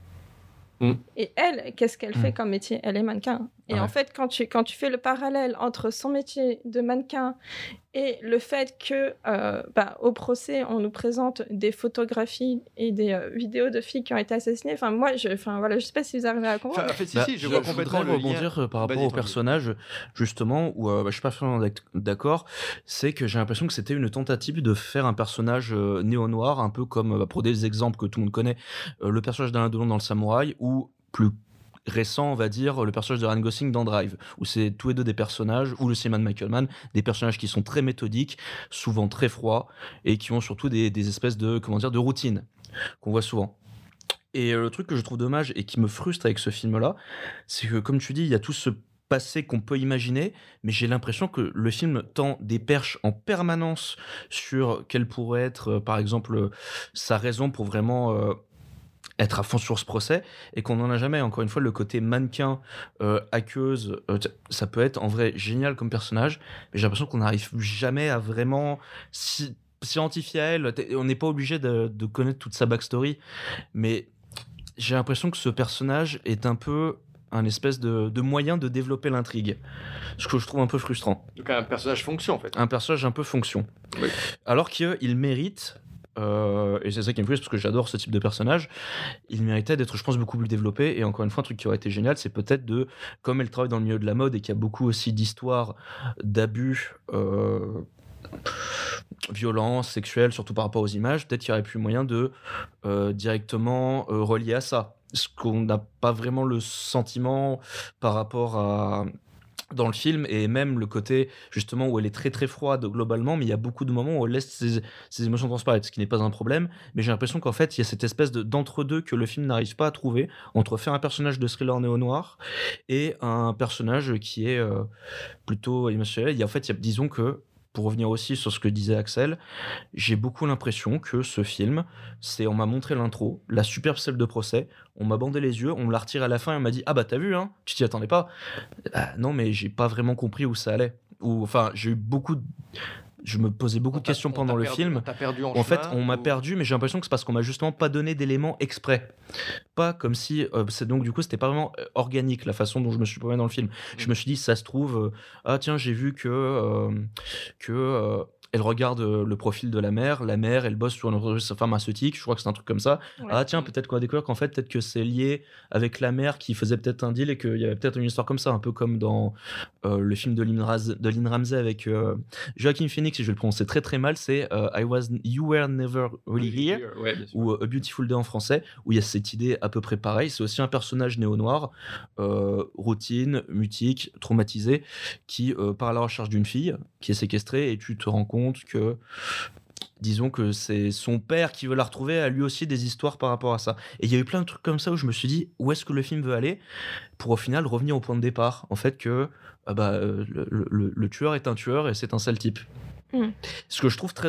Et elle, qu'est-ce qu'elle fait comme métier? Elle est mannequin. Et en fait, quand tu fais le parallèle entre son métier de mannequin et le fait que au procès, on nous présente des photographies et des vidéos de filles qui ont été assassinées. Enfin, moi, je sais pas si vous arrivez à comprendre. En fait, si, je vois complètement le lien. Rebondir par rapport au personnage, justement, où je suis pas vraiment d'accord, c'est que j'ai l'impression que c'était une tentative de faire un personnage néo-noir, un peu comme, pour des exemples que tout le monde connaît, le personnage d'Alain Delon dans Le Samouraï, ou plus récent, on va dire, le personnage de Ryan Gosling dans Drive, où c'est tous les deux des personnages, ou le cinéma de Michael Mann, des personnages qui sont très méthodiques, souvent très froids, et qui ont surtout des espèces de routines qu'on voit souvent. Et le truc que je trouve dommage et qui me frustre avec ce film-là, c'est que, comme tu dis, il y a tout ce passé qu'on peut imaginer, mais j'ai l'impression que le film tend des perches en permanence sur quelle pourrait être, par exemple, sa raison pour vraiment être à fond sur ce procès, et qu'on n'en a jamais. Encore une fois, le côté mannequin, hackeuse, ça peut être en vrai génial comme personnage, mais j'ai l'impression qu'on n'arrive jamais à vraiment s'identifier à elle. On n'est pas obligé de connaître toute sa backstory, mais j'ai l'impression que ce personnage est un peu un espèce de moyen de développer l'intrigue, ce que je trouve un peu frustrant. Donc un personnage fonction, en fait. Un personnage un peu fonction. Oui. Alors qu'il mérite, et c'est ça qui me frustre parce que j'adore ce type de personnage, il méritait d'être, je pense, beaucoup plus développé. Et encore une fois, un truc qui aurait été génial, c'est peut-être comme elle travaille dans le milieu de la mode et qu'il y a beaucoup aussi d'histoires d'abus, violence sexuelle, surtout par rapport aux images, peut-être qu'il y aurait plus moyen de directement relier à ça, ce qu'on n'a pas vraiment le sentiment par rapport à dans le film, et même le côté justement où elle est très très froide globalement, mais il y a beaucoup de moments où elle laisse ses émotions transparaître, ce qui n'est pas un problème, mais j'ai l'impression qu'en fait il y a cette espèce d'entre-deux que le film n'arrive pas à trouver, entre faire un personnage de thriller néo-noir et un personnage qui est plutôt émotionnel. Et en fait, disons que, pour revenir aussi sur ce que disait Axel, j'ai beaucoup l'impression que ce film, on m'a montré l'intro, la superbe scène de procès, on m'a bandé les yeux, on me l'a retiré à la fin et on m'a dit « Ah bah t'as vu, hein, tu t'y attendais pas ?» Non, mais j'ai pas vraiment compris où ça allait. Enfin, je me posais beaucoup de questions pendant le film. On t'a perdu en fait, chemin, on m'a perdu, mais j'ai l'impression que c'est parce qu'on m'a justement pas donné d'éléments exprès. Pas comme si... donc du coup, c'était pas vraiment organique la façon dont je me suis promené dans le film. Je me suis dit, ça se trouve... ah tiens, j'ai vu que elle regarde le profil de la mère, elle bosse sur une entreprise pharmaceutique, je crois que c'est un truc comme ça. Ouais. Ah tiens, peut-être qu'on va découvrir qu'en fait, peut-être que c'est lié avec la mère qui faisait peut-être un deal et qu'il y avait peut-être une histoire comme ça, un peu comme dans le film de Lynn Ramsey avec Joaquin Phoenix, si je vais le prononcer très très mal, c'est You Were Never Really Here, ouais, ou A Beautiful Day en français, où il y a cette idée à peu près pareille. C'est aussi un personnage néo-noir, routine, mutique, traumatisé, qui part à la recherche d'une fille qui est séquestrée, et tu te rends compte que, disons que c'est son père qui veut la retrouver, a lui aussi des histoires par rapport à ça. Et il y a eu plein de trucs comme ça où je me suis dit, où est-ce que le film veut aller, pour au final revenir au point de départ, en fait, que le tueur est un tueur et c'est un sale type. Ce que je trouve très dommage.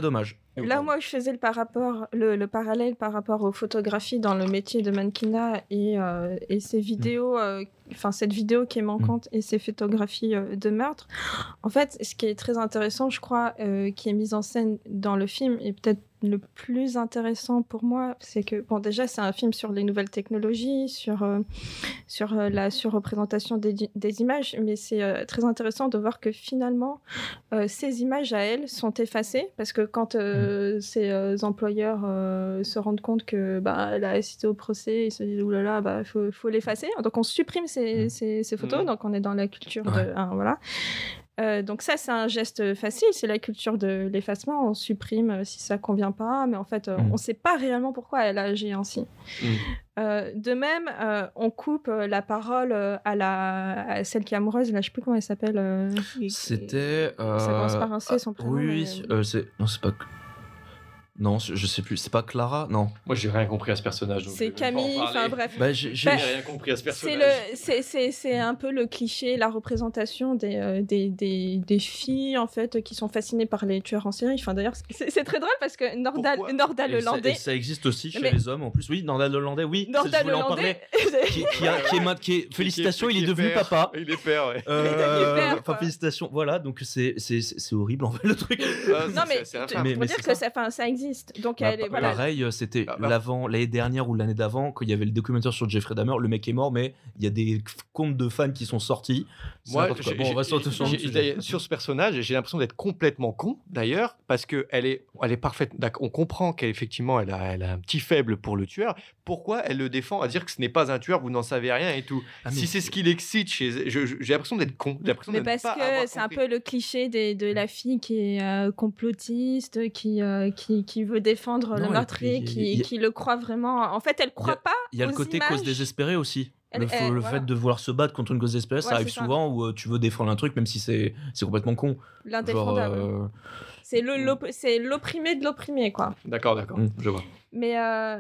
Là, moi, je faisais le parallèle par rapport aux photographies dans le métier de mannequinat et ces vidéos, cette vidéo qui est manquante et ces photographies de meurtre. En fait, ce qui est très intéressant, je crois, qui est mis en scène dans le film, et peut-être le plus intéressant pour moi, c'est que, bon, déjà, c'est un film sur les nouvelles technologies, sur la surreprésentation des images, mais c'est très intéressant de voir que finalement, ces images à elles sont effacées, parce que quand ces employeurs se rendent compte que elle a assisté au procès, ils se disent oulala, faut l'effacer. Donc on supprime ces photos, donc on est dans la culture de voilà. Donc ça, c'est un geste facile, c'est la culture de l'effacement. On supprime si ça convient pas, mais en fait, on sait pas réellement pourquoi elle a agi ainsi. De même, on coupe la parole à celle qui est amoureuse. Là, je sais plus comment elle s'appelle. C'était. Ça commence par un C, son prénom. Oui, c'est pas. Non, je sais plus. C'est pas Clara? Non. Moi, j'ai rien compris à ce personnage. C'est Camille, enfin bref. J'ai rien compris à ce personnage. C'est un peu le cliché, la représentation des filles, en fait, qui sont fascinées par les tueurs en série. Enfin, d'ailleurs, c'est très drôle parce que Nordal le Landais... Ça existe aussi chez les hommes, en plus. Oui, Nordal le Landais, oui. Nordal je voulais en parler. Félicitations, il est devenu papa. Il est père, ouais. Enfin, félicitations. Voilà, donc c'est horrible, en fait, le truc. Non, mais pour dire que ça existe. Donc pareil, c'était l'année dernière ou l'année d'avant, quand il y avait le documentaire sur Jeffrey Dahmer, le mec est mort, mais il y a des comptes de fans qui sont sortis. Moi, sur ce personnage, j'ai l'impression d'être complètement con, d'ailleurs, parce qu'elle est parfaite. On comprend qu'effectivement, elle a un petit faible pour le tueur. Pourquoi elle le défend à dire que ce n'est pas un tueur, vous n'en savez rien et tout? Si c'est ce qui l'excite, j'ai l'impression d'être con. Mais parce que c'est un peu le cliché de la fille qui est complotiste, qui veut défendre le meurtrier, qui le croit vraiment. En fait, elle croit pas. Il y a le côté cause désespérée aussi. Le fait de vouloir se battre contre une cause désespérée, ça arrive souvent où tu veux défendre un truc même si c'est complètement con. L'indéfendable. C'est l'opprimé de l'opprimé, quoi. D'accord, je vois. Mais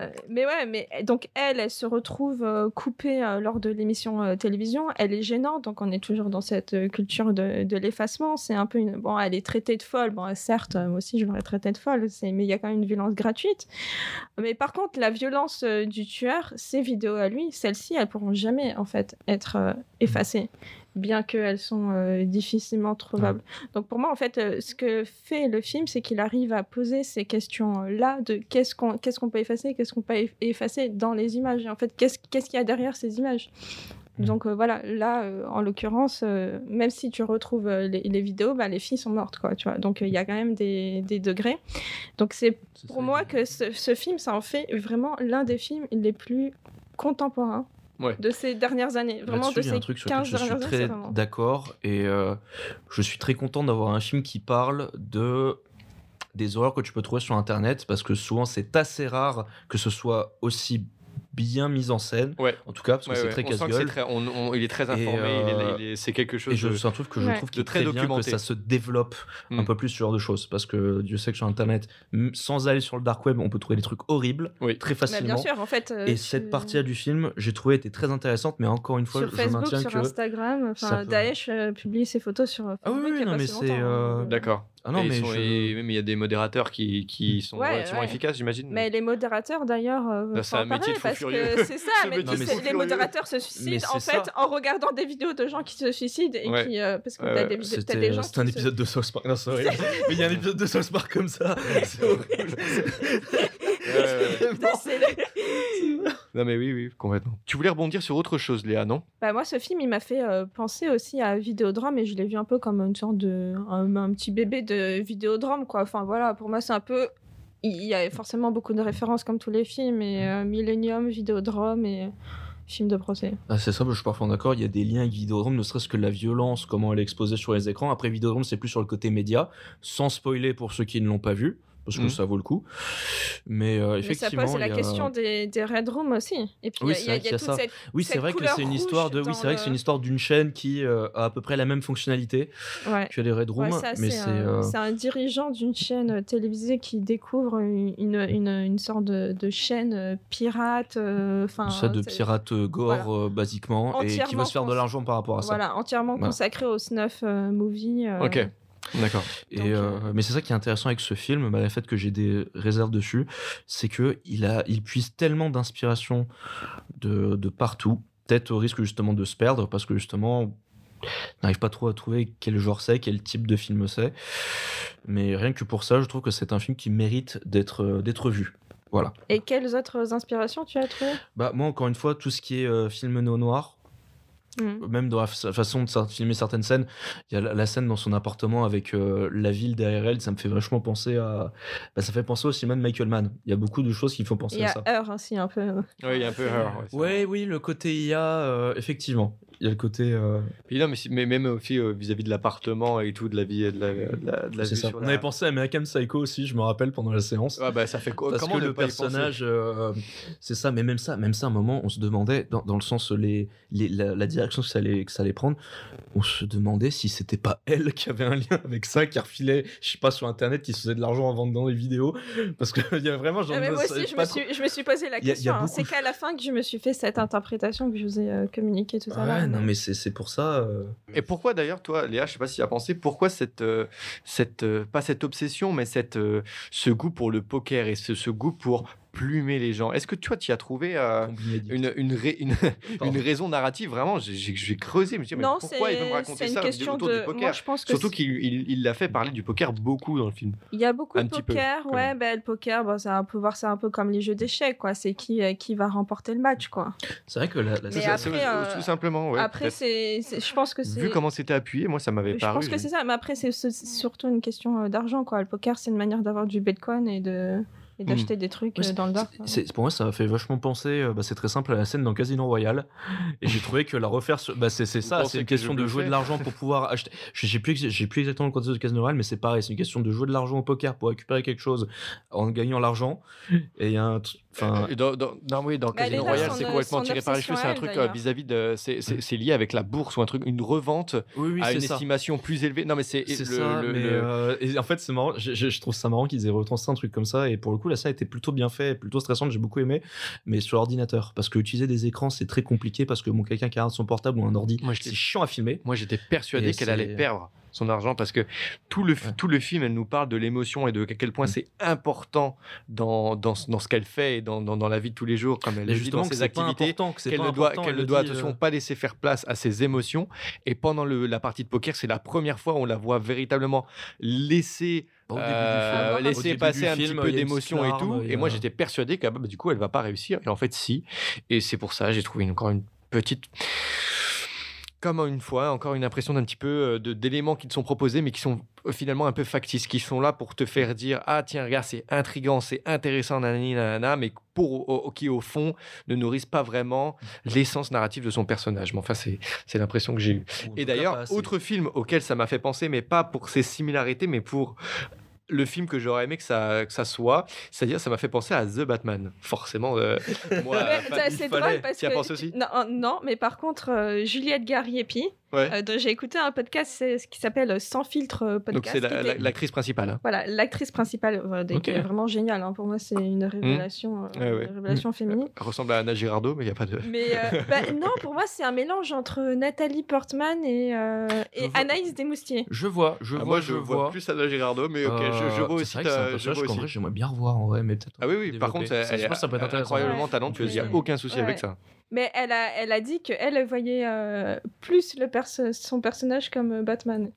donc elle se retrouve coupée lors de l'émission télévision. Elle est gênante, donc on est toujours dans cette culture de l'effacement. C'est un peu elle est traitée de folle. Bon, certes, moi aussi je l'aurais traitée de folle, mais il y a quand même une violence gratuite. Mais par contre, la violence du tueur, ses vidéos à lui, celles-ci, elles pourront jamais en fait être effacées, bien qu'elles sont difficilement trouvables. Donc pour moi, en fait, ce que fait le film, c'est qu'il arrive à poser ces questions-là de qu'est-ce qu'on peut effacer, qu'est-ce qu'on peut effacer dans les images. Et en fait, qu'est-ce qu'il y a derrière ces images? Donc voilà, là, en l'occurrence, même si tu retrouves les vidéos, les filles sont mortes, quoi, tu vois. Donc il y a quand même des degrés. Donc c'est pour moi que ce film, ça en fait vraiment l'un des films les plus contemporains de ces dernières années. Vraiment de ces 15 dernières années. Je suis très d'accord et je suis très content d'avoir un film qui parle des horreurs que tu peux trouver sur Internet, parce que souvent c'est assez rare que ce soit aussi bien mis en scène, en tout cas parce que c'est très casse-gueule. Il est très informé, c'est quelque chose c'est un truc que je trouve qui est très documenté, que ça se développe un peu plus ce genre de choses, parce que Dieu sait que sur Internet, sans aller sur le dark web, on peut trouver des trucs horribles très facilement. Bien sûr, en fait, et cette partie-là du film, j'ai trouvé était très intéressante, mais encore une fois, sur Facebook, je maintiens sur Instagram, Daesh publie ses photos sur Facebook. Ah oui, non mais c'est d'accord. Ah non, mais même il y a des modérateurs qui sont relativement efficaces, j'imagine. Mais les modérateurs, d'ailleurs, c'est un métier de fou furieux. C'est ça, les modérateurs se suicident en fait en regardant des vidéos de gens qui se suicident et qui parce que t'as des gens. C'est un épisode de South Park. Non, c'est horrible. Mais il y a un épisode de South Park comme ça. C'est horrible. Non mais oui, complètement. Tu voulais rebondir sur autre chose, Léa, non? Moi, ce film, il m'a fait penser aussi à Vidéodrome, et je l'ai vu un peu comme une sorte de un petit bébé de Vidéodrome, quoi. Enfin voilà, pour moi, c'est un peu. Il y a forcément beaucoup de références comme tous les films, et Millennium, Vidéodrome et film de procès. C'est ça, je suis parfaitement d'accord. Il y a des liens avec Vidéodrome, ne serait-ce que la violence, comment elle est exposée sur les écrans. Après, Vidéodrome, c'est plus sur le côté média, sans spoiler pour ceux qui ne l'ont pas vu, parce que ça vaut le coup. Mais effectivement, ça pose la question des Red Rooms aussi. Et puis il y a toute cette oui, c'est vrai que c'est une histoire de c'est vrai que c'est une histoire d'une chaîne qui a à peu près la même fonctionnalité que les Red Rooms, mais c'est un dirigeant d'une chaîne télévisée qui découvre une sorte de chaîne pirate, de pirate gore basiquement, et qui veut se faire de l'argent par rapport à ça. Voilà, entièrement consacré au snuff movie. OK. D'accord. Et, mais c'est ça qui est intéressant avec ce film, malgré le fait que j'ai des réserves dessus, c'est qu'il puise tellement d'inspiration de partout, peut-être au risque justement de se perdre, parce que justement, on n'arrive pas trop à trouver quel genre c'est, quel type de film c'est. Mais rien que pour ça, je trouve que c'est un film qui mérite d'être vu. Voilà. Et quelles autres inspirations tu as trouvées? Bah, moi, encore une fois, tout ce qui est film néo-noir, même dans la façon de filmer certaines scènes, il y a la scène dans son appartement avec la ville derrière elle, ça me fait vachement penser à... Bah, ça fait penser au cinéma de Michael Mann. Il y a beaucoup de choses qui font penser à ça. Il y a Heure aussi un peu. Oui, il y a un peu Her. Oui, le côté IA, effectivement. Il y a le côté... Puis non, mais même aussi vis-à-vis de l'appartement et tout, de la vie, de la c'est vue ça. sur On la- avait pensé à American Psycho aussi, je me rappelle, pendant la séance. Ouais, bah ça fait quoi? Parce Comment que ne le pas y penser personnage, c'est ça, mais même ça, à un moment, on se demandait, dans le sens, la direction que ça allait prendre, on se demandait si c'était pas elle qui avait un lien avec ça, qui refilait, je sais pas, sur internet, qui se faisait de l'argent en vendant des vidéos. Parce qu'il y a vraiment genre. Mais moi aussi, je me suis posé la question. Hein. C'est qu'à la fin que je me suis fait cette interprétation que je vous ai communiquée tout à l'heure. Ouais, non, mais c'est pour ça. Et pourquoi d'ailleurs, toi, Léa, je sais pas si tu as pensé, pourquoi pas cette obsession, mais ce goût pour le poker et ce goût pour plumer les gens. Est-ce que toi, tu as trouvé une raison narrative? Vraiment, j'ai creusé, je me suis dit, mais pourquoi il veut me raconter ça autour du poker? Moi, je pense que surtout qu'il l'a fait parler du poker beaucoup dans le film. Il y a beaucoup Un de petit peu, poker, quand ouais, même. bah, le poker, bon, on peut voir ça un peu comme les jeux d'échecs, quoi. C'est qui va remporter le match, quoi. C'est vrai que la Mais C'est après, tout simplement, ouais. après, je pense que c'est. Vu comment c'était appuyé, moi, ça m'avait Je paru. pense que c'est ça, mais après, c'est surtout une question d'argent, quoi. Le poker, c'est une manière d'avoir du bitcoin et d'acheter des trucs dans le dark. Pour moi, ça m'a fait vachement penser, c'est très simple, à la scène dans Casino Royale. Et j'ai trouvé que la refaire, c'est ça, pensez c'est une que question je de le jouer fais de l'argent pour pouvoir acheter. J'ai plus exactement le concept de Casino Royale, mais c'est pareil, c'est une question de jouer de l'argent au poker pour récupérer quelque chose en gagnant l'argent. Et il y a un Dans Casino déjà, Royale, son- c'est complètement son tiré par les cheveux. C'est un obsession, truc elle, vis-à-vis de. C'est lié avec la bourse ou un truc, une revente oui, à c'est une ça. estimation plus élevée. Non, mais c'est Ça, et en fait c'est marrant, je trouve ça marrant qu'ils aient retranscrit un truc comme ça, et pour le coup là ça a été plutôt bien fait, plutôt stressante, j'ai beaucoup aimé, mais sur l'ordinateur, parce que utiliser des écrans c'est très compliqué, parce que quelqu'un qui regarde son portable ou un ordi, c'est chiant à filmer. Moi, j'étais persuadé Et qu'elle allait perdre son argent parce que tout le film, elle nous parle de l'émotion et de à quel point c'est important dans ce qu'elle fait et dans la vie de tous les jours, comme elle Et le dit dans justement que ses c'est pas activités, important, que c'est qu'elle pas ne doit, important, qu'elle elle ne le doit dit, attention pas laisser faire place à ses émotions. Et pendant la partie de poker, c'est la première fois où on la voit véritablement laisser Au début du film. Au laisser début passer du un petit film, peu il y a une d'émotion petite et tout. larme, Et moi, j'étais persuadé que du coup, elle va pas réussir. Et en fait, si. Et c'est pour ça, j'ai trouvé encore une petite. Comme une fois, encore une impression d'un petit peu d'éléments qui te sont proposés, mais qui sont finalement un peu factices, qui sont là pour te faire dire ah tiens regarde c'est intriguant, c'est intéressant, nanani nanana, mais qui au fond ne nourrissent pas vraiment l'essence narrative de son personnage. Mais enfin c'est l'impression que j'ai eue. Et d'ailleurs autre film auquel ça m'a fait penser, mais pas pour ses similarités, mais pour le film que j'aurais aimé que ça soit, c'est-à-dire ça m'a fait penser à The Batman. Forcément, moi, c'est drôle parce tu y as pensé aussi? Non, mais par contre, Juliette Gariepi, Ouais. dont j'ai écouté un podcast qui s'appelle Sans filtre podcast. Donc c'est l'actrice principale. Hein. Voilà, l'actrice principale, qui est vraiment géniale. Hein. Pour moi, c'est une révélation, féminine. Elle ressemble à Anna Girardot, mais il n'y a pas de... Mais non, pour moi, c'est un mélange entre Nathalie Portman et Anaïs Desmoustiers. Je vois. Moi, je vois plus Anna Girardot, mais ok, je vois aussi. C'est vrai que c'est un personnage qu'en vrai, j'aimerais bien revoir en vrai, mais peut-être. Ah oui, par contre, elle est incroyablement talentueuse. Il n'y a aucun souci avec ça. Mais elle a dit qu'elle voyait plus son personnage comme Batman.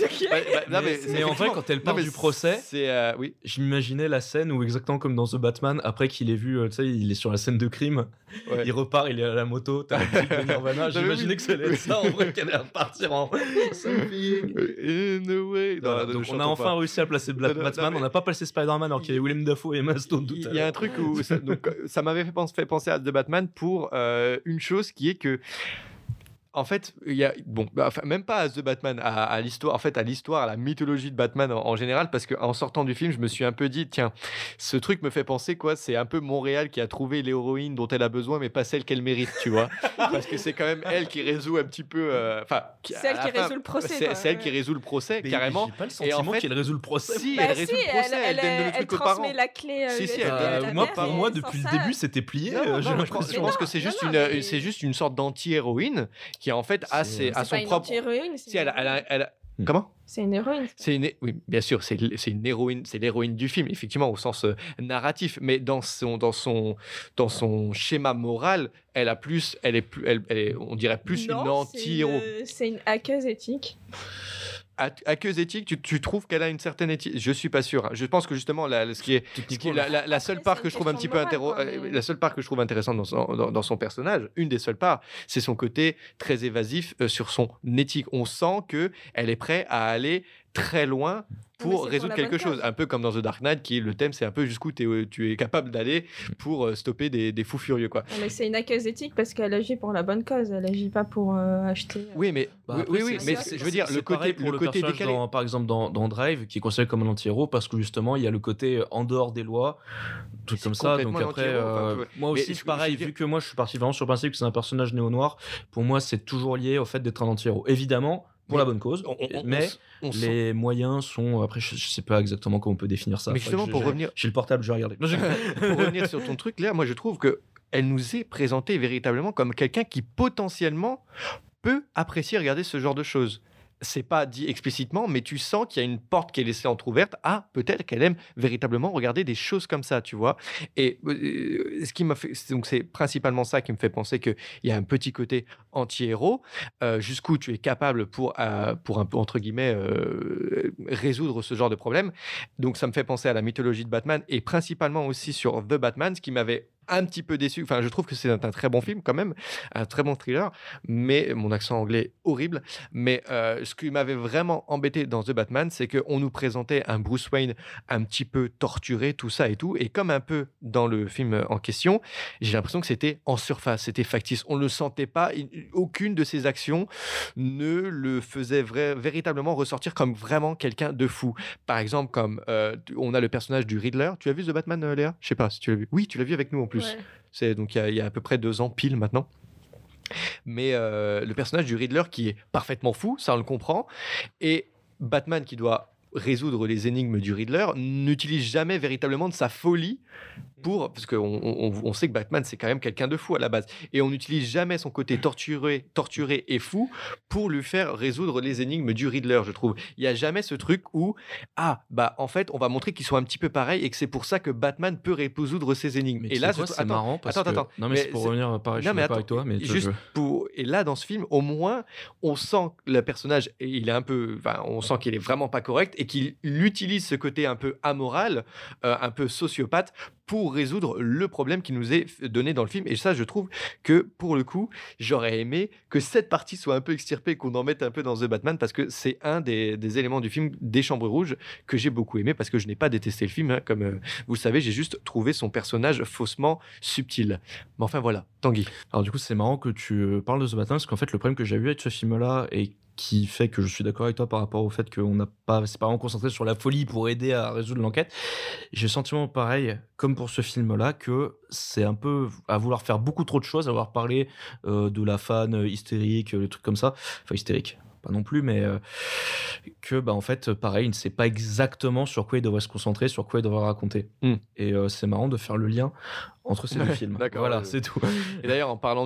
mais en vrai, quand elle parle du procès, oui. Je m'imaginais la scène où, exactement comme dans The Batman, après qu'il ait vu, tu sais, il est sur la scène de crime, il repart, il est à la moto, t'as la musique de Nirvana, j'imaginais que ça allait être ça, en vrai, qu'elle allait repartir en something. In a way. Donc on a enfin réussi à placer Batman, on n'a pas placé Spider-Man alors qu'il y avait Willem Dafoe et Emma Stone tout à l'heure. Il y a un truc où ça m'avait fait penser à The Batman pour une chose qui est que en fait, il y a même pas à The Batman, à l'histoire, en fait, à l'histoire, à la mythologie de Batman en général, parce qu'en sortant du film, je me suis un peu dit, tiens, ce truc me fait penser quoi, c'est un peu Montréal qui a trouvé l'héroïne dont elle a besoin, mais pas celle qu'elle mérite, tu vois, parce que c'est quand même elle qui résout un petit peu, résout le procès. C'est elle qui résout le procès carrément. J'ai pas le sentiment qu'elle résout le procès. Si, elle résout le procès, elle donne le truc aux parents. Elle transmet la clé. Moi, depuis le début, c'était plié. Je pense que c'est juste une sorte d'anti-héroïne qui en fait a son propre. Si Comment? C'est une héroïne. Oui, bien sûr, c'est une héroïne, c'est l'héroïne du film, effectivement, au sens narratif, mais dans son schéma moral, elle est, on dirait plus une Non, anti-héros. c'est une hackeuse éthique. Hackeuse éthique, tu trouves qu'elle a une certaine éthique? Je suis pas sûr. Je pense que justement, la seule part que je trouve un petit peu la seule part que je trouve intéressante dans son personnage, une des seules parts, c'est son côté très évasif sur son éthique. On sent que elle est prête à aller très loin pour résoudre quelque chose. Un peu comme dans The Dark Knight, qui le thème, c'est un peu jusqu'où tu es capable d'aller pour stopper des fous furieux, quoi. Mais c'est une hackeuse éthique parce qu'elle agit pour la bonne cause. Elle agit pas pour acheter. Oui, mais mais je veux dire le côté décalé. Par exemple dans Drive, qui est considéré comme un anti-héros parce que justement il y a le côté en dehors des lois, tout comme ça. Donc après, moi aussi c'est pareil. Vu que moi je suis parti vraiment sur le principe que c'est un personnage néo-noir, pour moi c'est toujours lié au fait d'être un anti-héros. Évidemment. Pour la bonne cause, mais les moyens sont... Après, je sais pas exactement comment on peut définir ça. Mais justement, pour revenir... J'ai le portable, je vais regarder. Pour revenir sur ton truc, Léa, moi je trouve qu'elle nous est présentée véritablement comme quelqu'un qui potentiellement peut apprécier regarder ce genre de choses. C'est pas dit explicitement, mais tu sens qu'il y a une porte qui est laissée entrouverte. Ah, peut-être qu'elle aime véritablement regarder des choses comme ça, tu vois. Et ce qui m'a fait, donc c'est principalement ça qui me fait penser qu'il y a un petit côté anti-héros, jusqu'où tu es capable pour un peu entre guillemets résoudre ce genre de problème. Donc ça me fait penser à la mythologie de Batman et principalement aussi sur The Batman, ce qui m'avait un petit peu déçu. Enfin, je trouve que c'est un très bon film quand même, un très bon thriller, mais mon accent anglais horrible. Mais ce qui m'avait vraiment embêté dans The Batman, c'est qu'on nous présentait un Bruce Wayne un petit peu torturé, tout ça et tout. Et comme un peu dans le film en question, j'ai l'impression que c'était en surface, c'était factice. On ne le sentait pas. Aucune de ses actions ne le faisait véritablement ressortir comme vraiment quelqu'un de fou. Par exemple, comme on a le personnage du Riddler. Tu as vu The Batman, Léa? Je sais pas si tu l'as vu. Oui, tu l'as vu avec nous en plus. Ouais. C'est donc il y a à peu près 2 ans pile maintenant. Mais le personnage du Riddler qui est parfaitement fou, ça on le comprend, et Batman qui doit résoudre les énigmes du Riddler n'utilise jamais véritablement de sa folie parce qu'on sait que Batman c'est quand même quelqu'un de fou à la base, et on n'utilise jamais son côté torturé et fou pour lui faire résoudre les énigmes du Riddler. Je trouve il y a jamais ce truc où en fait on va montrer qu'ils sont un petit peu pareils et que c'est pour ça que Batman peut résoudre ces énigmes. Mais et là c'est marrant parce que non mais c'est pour revenir pareil, je suis d'accord avec toi, mais et là dans ce film au moins on sent que le personnage il est un peu, on sent qu'il est vraiment pas correct et qu'il utilise ce côté un peu amoral, un peu sociopathe pour résoudre le problème qui nous est donné dans le film. Et ça, je trouve que, pour le coup, j'aurais aimé que cette partie soit un peu extirpée, qu'on en mette un peu dans The Batman, parce que c'est un des éléments du film des Chambres Rouges que j'ai beaucoup aimé, parce que je n'ai pas détesté le film, comme vous le savez, j'ai juste trouvé son personnage faussement subtil. Mais enfin, voilà. Tanguy. Alors du coup, c'est marrant que tu parles de The Batman, parce qu'en fait, le problème que j'ai eu avec ce film-là, et qui fait que je suis d'accord avec toi par rapport au fait qu'on n'a pas, c'est pas vraiment concentré sur la folie pour aider à résoudre l'enquête. J'ai le sentiment pareil, comme pour ce film-là, que c'est un peu à vouloir faire beaucoup trop de choses, à vouloir parler de la fan hystérique, les trucs comme ça. Enfin, hystérique, pas non plus, mais que, en fait, pareil, il ne sait pas exactement sur quoi il devrait se concentrer, sur quoi il devrait raconter. Et c'est marrant de faire le lien entre ces 2 films. D'accord, voilà, c'est tout. Et d'ailleurs, en parlant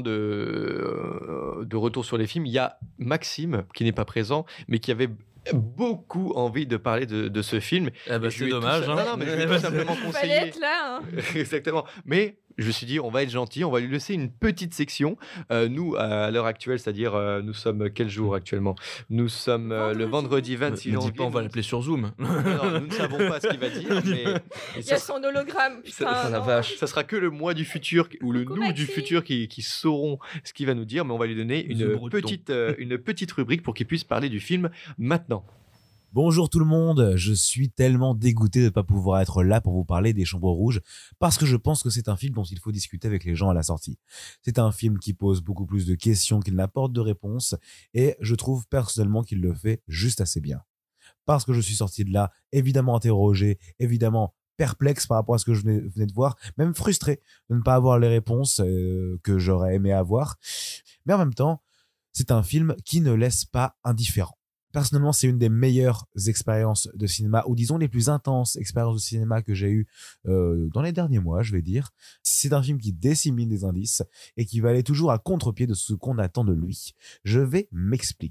de retour sur les films, il y a Maxime qui n'est pas présent, mais qui avait beaucoup envie de parler de ce film. C'est dommage. Non, mais je vais tout simplement conseiller. Fallait être là. Exactement. Mais je me suis dit, on va être gentil, on va lui laisser une petite section. Nous, à l'heure actuelle, c'est-à-dire, nous sommes quel jour actuellement? Nous sommes le vendredi 26 janvier. Ne dis pas, on va l'appeler sur Zoom. Non, nous ne savons pas ce qu'il va dire. Mais il y a son hologramme. Putain, la vache. Ça sera que le moi du futur ou le nous du futur qui sauront ce qu'il va nous dire. Mais on va lui donner une petite rubrique pour qu'il puisse parler du film maintenant. Bonjour tout le monde, je suis tellement dégoûté de ne pas pouvoir être là pour vous parler des Chambres Rouges parce que je pense que c'est un film dont il faut discuter avec les gens à la sortie. C'est un film qui pose beaucoup plus de questions qu'il n'apporte de réponses et je trouve personnellement qu'il le fait juste assez bien. Parce que je suis sorti de là évidemment interrogé, évidemment perplexe par rapport à ce que je venais de voir, même frustré de ne pas avoir les réponses que j'aurais aimé avoir. Mais en même temps, c'est un film qui ne laisse pas indifférent. Personnellement, c'est une des meilleures expériences de cinéma, ou disons les plus intenses expériences de cinéma que j'ai eues dans les derniers mois, je vais dire. C'est un film qui dissémine des indices et qui va aller toujours à contre-pied de ce qu'on attend de lui. Je vais m'expliquer.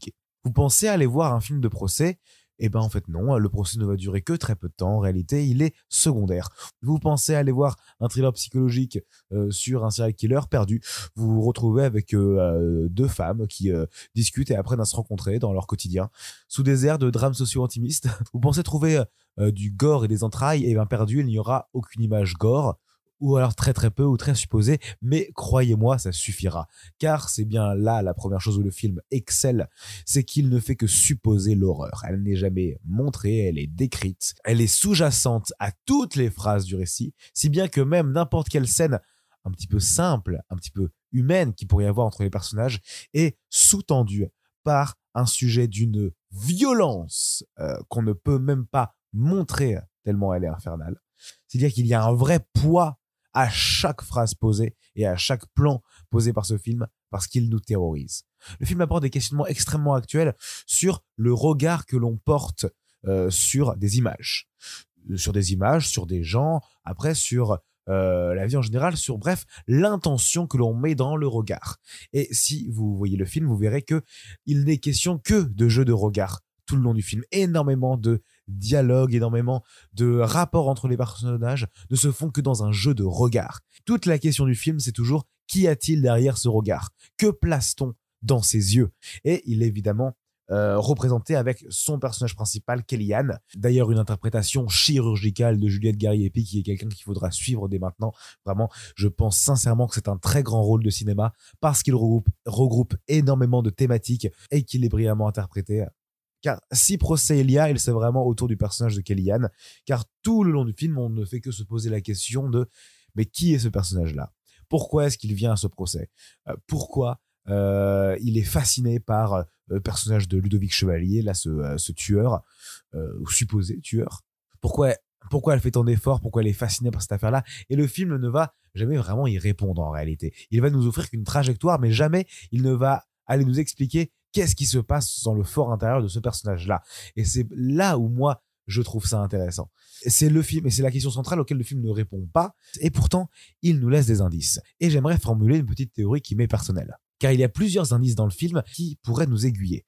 Vous pensez aller voir un film de procès? Eh ben en fait non, le procès ne va durer que très peu de temps. En réalité, il est secondaire. Vous pensez aller voir un thriller psychologique sur un serial killer perdu? Vous vous retrouvez avec deux femmes qui discutent et apprennent à se rencontrer dans leur quotidien sous des airs de drames socio-intimistes. Vous pensez trouver du gore et des entrailles? Et bien perdu, il n'y aura aucune image gore, ou alors très très peu ou très supposée, mais croyez-moi, ça suffira. Car c'est bien là la première chose où le film excelle, c'est qu'il ne fait que supposer l'horreur. Elle n'est jamais montrée, elle est décrite, elle est sous-jacente à toutes les phrases du récit, si bien que même n'importe quelle scène un petit peu simple, un petit peu humaine qu'il pourrait y avoir entre les personnages est sous-tendue par un sujet d'une violence qu'on ne peut même pas montrer tellement elle est infernale. C'est-à-dire qu'il y a un vrai poids à chaque phrase posée et à chaque plan posé par ce film parce qu'il nous terrorise. Le film apporte des questionnements extrêmement actuels sur le regard que l'on porte sur des images, sur des gens, après sur la vie en général, sur bref, l'intention que l'on met dans le regard. Et si vous voyez le film, vous verrez que il n'est question que de jeu de regard tout le long du film. Énormément de dialogues, énormément de rapports entre les personnages ne se font que dans un jeu de regard. Toute la question du film, c'est toujours qu'y a-t-il derrière ce regard? Que place-t-on dans ses yeux? Et il est évidemment représenté avec son personnage principal, Kellyanne. D'ailleurs, une interprétation chirurgicale de Juliette Garriépi, qui est quelqu'un qu'il faudra suivre dès maintenant. Vraiment, je pense sincèrement que c'est un très grand rôle de cinéma parce qu'il regroupe énormément de thématiques et qu'il est brillamment interprété. Car si procès il c'est vraiment autour du personnage de Kellyanne. Car tout le long du film, on ne fait que se poser la question de mais qui est ce personnage-là? Pourquoi est-ce qu'il vient à ce procès? Pourquoi il est fasciné par le personnage de Ludovic Chevalier, là, ce tueur, ou supposé tueur? Pourquoi elle fait tant d'efforts? Pourquoi elle est fascinée par cette affaire-là? Et le film ne va jamais vraiment y répondre en réalité. Il va nous offrir qu'une trajectoire, mais jamais il ne va aller nous expliquer qu'est-ce qui se passe dans le fort intérieur de ce personnage-là. Et c'est là où moi, je trouve ça intéressant. C'est le film, et c'est la question centrale auquel le film ne répond pas, et pourtant, il nous laisse des indices. Et j'aimerais formuler une petite théorie qui m'est personnelle. Car il y a plusieurs indices dans le film qui pourraient nous aiguiller.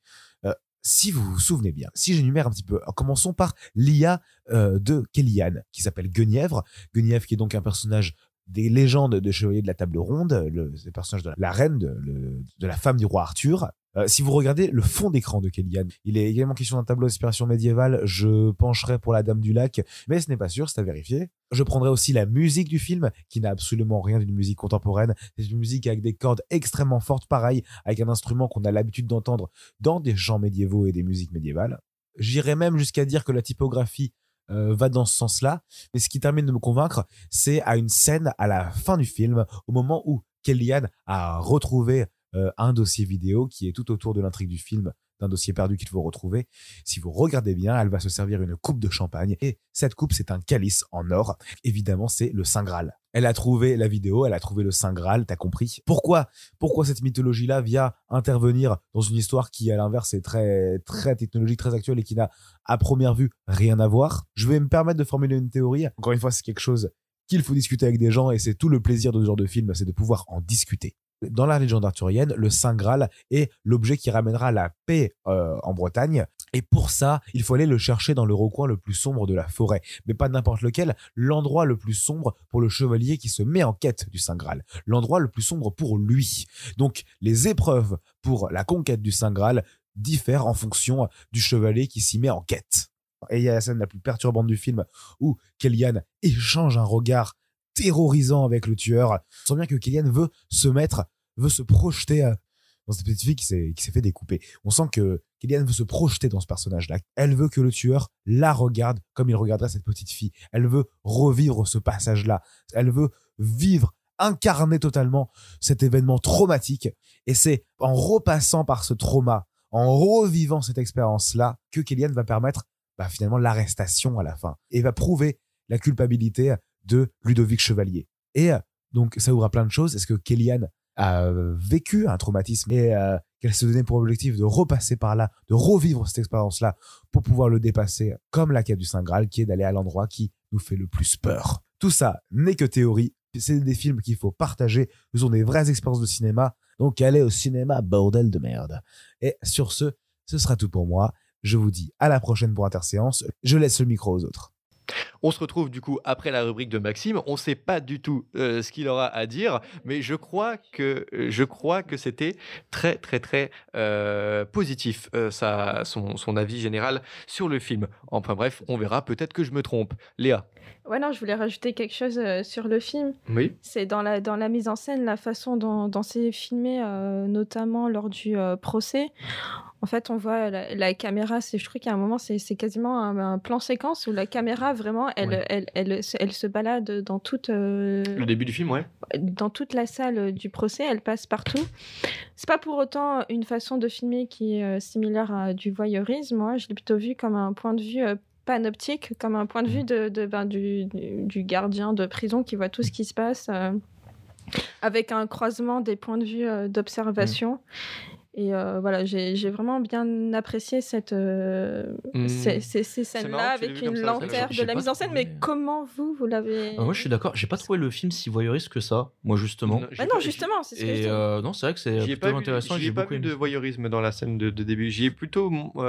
Si vous vous souvenez bien, si j'énumère un petit peu, commençons par l'IA de Kellyanne, qui s'appelle Guenièvre. Guenièvre qui est donc un personnage des légendes de Chevalier de la Table Ronde, le personnage de la reine, de la femme du roi Arthur. Si vous regardez le fond d'écran de Kellyanne, il est également question d'un tableau d'inspiration médiévale. Je pencherai pour la Dame du Lac, mais ce n'est pas sûr, c'est à vérifier. Je prendrai aussi la musique du film, qui n'a absolument rien d'une musique contemporaine. C'est une musique avec des cordes extrêmement fortes, pareil, avec un instrument qu'on a l'habitude d'entendre dans des chants médiévaux et des musiques médiévales. J'irais même jusqu'à dire que la typographie va dans ce sens-là, mais ce qui termine de me convaincre, c'est à une scène à la fin du film, au moment où Kellyanne a retrouvé un dossier vidéo qui est tout autour de l'intrigue du film, d'un dossier perdu qu'il faut retrouver. Si vous regardez bien, elle va se servir une coupe de champagne, et cette coupe, c'est un calice en or. Évidemment, c'est le Saint Graal. Elle a trouvé la vidéo, elle a trouvé le Saint Graal, t'as compris. Pourquoi cette mythologie-là vient intervenir dans une histoire qui, à l'inverse, est très, très technologique, très actuelle et qui n'a, à première vue, rien à voir? Je vais me permettre de formuler une théorie. Encore une fois, c'est quelque chose qu'il faut discuter avec des gens, et c'est tout le plaisir de ce genre de film, c'est de pouvoir en discuter. Dans la légende arthurienne, le Saint Graal est l'objet qui ramènera la paix en Bretagne. Et pour ça, il faut aller le chercher dans le recoin le plus sombre de la forêt. Mais pas n'importe lequel, l'endroit le plus sombre pour le chevalier qui se met en quête du Saint Graal. L'endroit le plus sombre pour lui. Donc, les épreuves pour la conquête du Saint Graal diffèrent en fonction du chevalier qui s'y met en quête. Et il y a la scène la plus perturbante du film où Kellyanne échange un regard terrorisant avec le tueur. On sent bien que Kellyanne veut se projeter dans cette petite fille qui s'est fait découper. On sent que Kellyanne veut se projeter dans ce personnage-là. Elle veut que le tueur la regarde comme il regarderait cette petite fille. Elle veut revivre ce passage-là. Elle veut incarner totalement cet événement traumatique. Et c'est en repassant par ce trauma, en revivant cette expérience-là, que Kellyanne va permettre finalement l'arrestation à la fin. Et va prouver la culpabilité de Ludovic Chevalier. Et donc, ça ouvre à plein de choses. Est-ce que Kellyanne a vécu un traumatisme et qu'elle se donnait pour objectif de repasser par là, de revivre cette expérience-là pour pouvoir le dépasser, comme la quête du Saint Graal, qui est d'aller à l'endroit qui nous fait le plus peur. Tout ça n'est que théorie. C'est des films qu'il faut partager. Ce sont des vraies expériences de cinéma. Donc, allez au cinéma, bordel de merde. Et sur ce, Ce sera tout pour moi. Je vous dis à la prochaine pour Interséance. Je laisse le micro aux autres. On se retrouve du coup après la rubrique de Maxime. On ne sait pas du tout ce qu'il aura à dire, mais je crois que c'était très très très positif son avis général sur le film. Enfin bref, on verra. Peut-être que je me trompe. Léa. Ouais, non, je voulais rajouter quelque chose sur le film. Oui. C'est dans la mise en scène, la façon dont c'est filmé, notamment lors du procès. En fait, on voit la caméra, je trouve qu'à un moment, c'est quasiment un plan séquence où la caméra, vraiment, elle se balade dans toute... Le début du film, ouais. Dans toute la salle du procès, elle passe partout. C'est pas pour autant une façon de filmer qui est similaire à du voyeurisme. Moi, je l'ai plutôt vu comme un point de vue panoptique, comme un point de vue du gardien de prison qui voit tout ce qui se passe, avec un croisement des points de vue d'observation. Et voilà, j'ai vraiment bien apprécié ces scènes-là avec une lenteur de la mise en scène. Mais comment vous l'avez... Moi, je suis d'accord. J'ai pas trouvé le film si voyeuriste que ça, moi, justement. Non, justement, c'est ce que je dis. Non, c'est vrai que c'est plutôt intéressant. J'ai pas vu de voyeurisme dans la scène de début. J'ai plutôt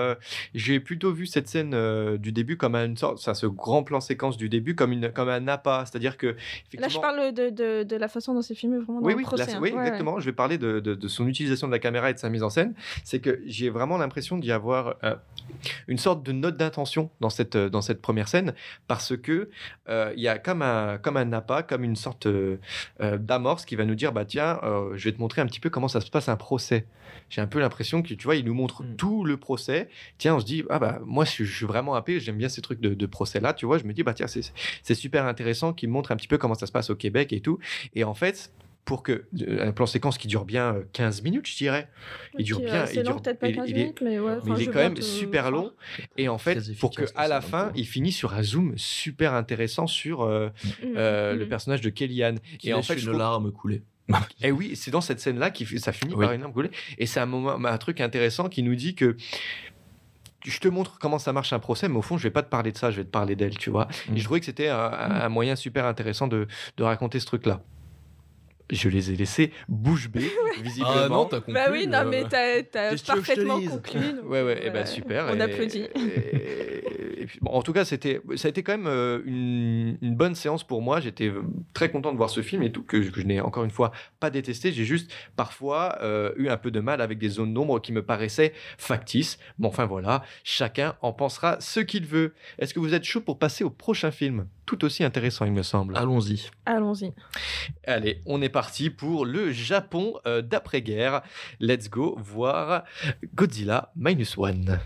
vu cette scène du début comme une sorte, ce grand plan séquence du début comme un appât. C'est-à-dire que... Là, je parle de la façon dont c'est filmé vraiment dans le procès. Oui, exactement. Je vais parler de son utilisation de la caméra et de sa mise en scène. C'est que j'ai vraiment l'impression d'y avoir une sorte de note d'intention dans cette première scène, parce que il y a comme un appât, comme une sorte d'amorce qui va nous dire tiens, je vais te montrer un petit peu comment ça se passe un procès. J'ai un peu l'impression que tu vois, il nous montre tout le procès. Tiens, on se dit moi je suis vraiment happé, j'aime bien ces trucs de procès là, tu vois. Je me dis tiens, c'est super intéressant qu'il me montre un petit peu comment ça se passe au Québec et tout. Et en fait, pour un plan séquence qui dure bien 15 minutes, je dirais. Il dure bien. C'est long, peut-être pas 15 minutes, mais ouais. Mais il est quand même super long. Et en fait, pour qu'à la fin, il finit sur un zoom super intéressant sur le personnage de Kellyanne. Et en fait, une larme coulée. Et oui, c'est dans cette scène-là ça finit par une larme coulée. Et c'est un truc intéressant qui nous dit que je te montre comment ça marche un procès, mais au fond, je vais pas te parler de ça, je vais te parler d'elle, tu vois. Et je trouvais que c'était un moyen super intéressant de raconter ce truc-là. Je les ai laissés bouche bée, visiblement. Ah non, t'as conclu. Bah oui, non, mais t'as parfaitement conclu. Ouais, super. On applaudit. Et puis, en tout cas, ça a été quand même une bonne séance pour moi. J'étais très content de voir ce film et tout, que je n'ai encore une fois pas détesté. J'ai juste parfois eu un peu de mal avec des zones d'ombre qui me paraissaient factices. Mais enfin voilà, chacun en pensera ce qu'il veut. Est-ce que vous êtes chaud pour passer au prochain film ? Tout aussi intéressant, il me semble. Allons-y. Allez, on est parti pour le Japon d'après-guerre. Let's go voir Godzilla Minus One.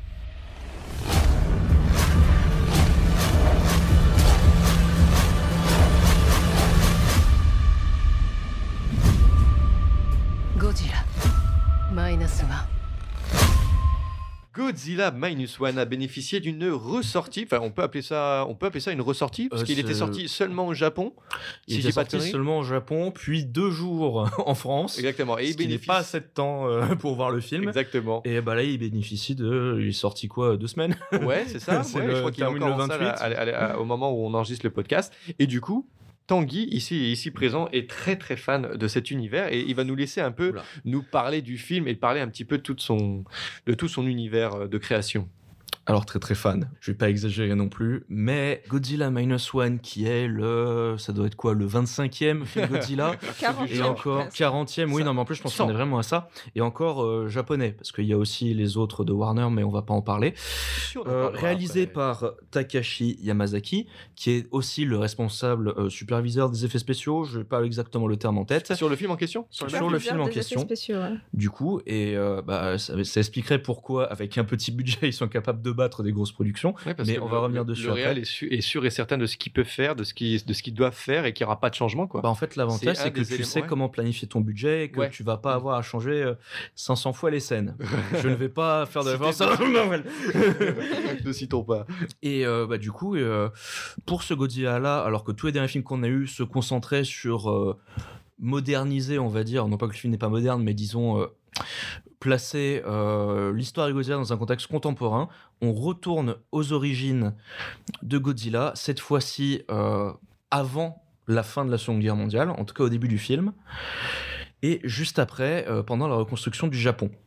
Godzilla Minus One. Godzilla Minus One a bénéficié d'une ressortie. Enfin, on peut appeler ça une ressortie parce qu'il était sorti seulement au Japon. Il était sorti seulement au Japon, puis 2 jours en France. Exactement. Et il n'est pas assez de temps pour voir le film. Exactement. Et là, il bénéficie il est sorti 2 semaines. Ouais, c'est ça. Je crois qu'il est encore en salle au moment où on enregistre le podcast. Et du coup, Tanguy, ici présent, est très très fan de cet univers et il va nous laisser un peu nous parler du film et parler un petit peu de tout son univers de création. Alors très très fan, je vais pas exagérer non plus, mais Godzilla Minus One qui est ça doit être quoi, le 25e film Godzilla 40e, et encore 40e, oui non mais en plus je pense qu'on est vraiment à ça, et encore japonais, parce qu'il y a aussi les autres de Warner mais on va pas en parler. Réalisé par Takashi Yamazaki, qui est aussi le responsable superviseur des effets spéciaux, je n'ai pas exactement le terme en tête. Sur le film en question Sur le film en question. Spéciaux, ouais. Du coup, et ça expliquerait pourquoi avec un petit budget ils sont capables de battre des grosses productions, mais on va revenir dessus. Le réel est sûr et certain de ce qu'il peut faire, de ce qu'ils doivent faire, et qu'il n'y aura pas de changement, quoi. En fait, l'avantage, c'est que tu sais comment planifier ton budget, et que tu vas pas avoir à changer 500 fois les scènes. Je ne vais pas faire de ça. Ne citons pas. Et du coup, pour ce Godzilla-là, alors que tous les derniers films qu'on a eu se concentraient sur moderniser, on va dire, non pas que le film n'est pas moderne, mais disons placer l'histoire de Godzilla dans un contexte contemporain. On retourne aux origines de Godzilla, cette fois-ci avant la fin de la Seconde Guerre mondiale, en tout cas au début du film, et juste après, pendant la reconstruction du Japon.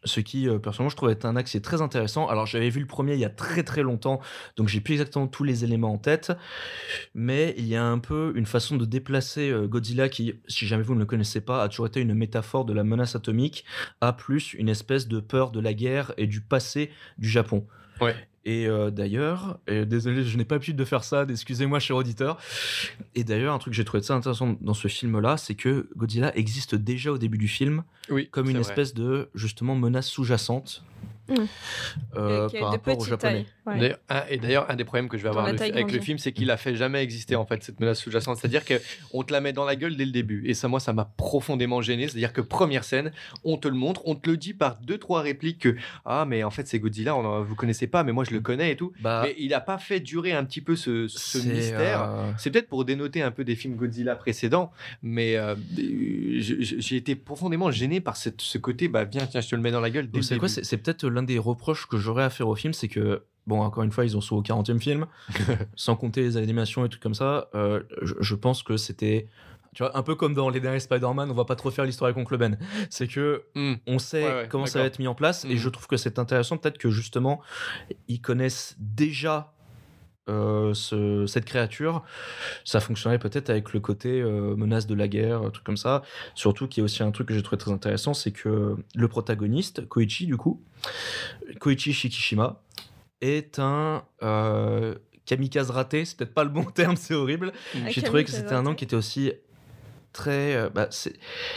Ce qui, personnellement, je trouve être un axe qui est très intéressant. Alors, j'avais vu le premier il y a très très longtemps, donc j'ai plus exactement tous les éléments en tête, mais il y a un peu une façon de déplacer Godzilla qui, si jamais vous ne le connaissez pas, a toujours été une métaphore de la menace atomique, à plus une espèce de peur de la guerre et du passé du Japon. Ouais. Et d'ailleurs, désolé, je n'ai pas l'habitude de faire ça, excusez-moi, cher auditeur. Et d'ailleurs, un truc que j'ai trouvé très intéressant dans ce film-là, c'est que Godzilla existe déjà au début du film, comme une espèce de, justement, menace sous-jacente. Par rapport aux Japonais. D'ailleurs, un des problèmes que je vais avoir avec le film, c'est qu'il a fait jamais exister en fait cette menace sous-jacente. C'est-à-dire qu'on te la met dans la gueule dès le début. Et ça, moi, ça m'a profondément gêné. C'est-à-dire que première scène, on te le montre, on te le dit par 2-3 répliques que mais en fait c'est Godzilla, vous connaissez pas, mais moi je le connais et tout. Mais il a pas fait durer un petit peu ce mystère. C'est peut-être pour dénoter un peu des films Godzilla précédents, mais j'ai été profondément gêné par ce côté. Tiens, je te le mets dans la gueule dès le début. C'est peut-être l'un des reproches que j'aurais à faire au film, c'est que, bon, encore une fois, ils ont sauvé au 40e film, sans compter les animations et trucs comme ça. Je pense que c'était, tu vois, un peu comme dans les derniers Spider-Man, on va pas trop faire l'histoire avec Oncle Ben. C'est que on sait comment ça va être mis en place, et je trouve que c'est intéressant, peut-être que justement, ils connaissent déjà cette créature. Ça fonctionnerait peut-être avec le côté menace de la guerre, un truc comme ça. Surtout qu'il y a aussi un truc que j'ai trouvé très intéressant, c'est que le protagoniste, Koichi Shikishima, est un kamikaze raté. C'est peut-être pas le bon terme, c'est horrible. J'ai trouvé que c'était un nom qui était aussi très c'est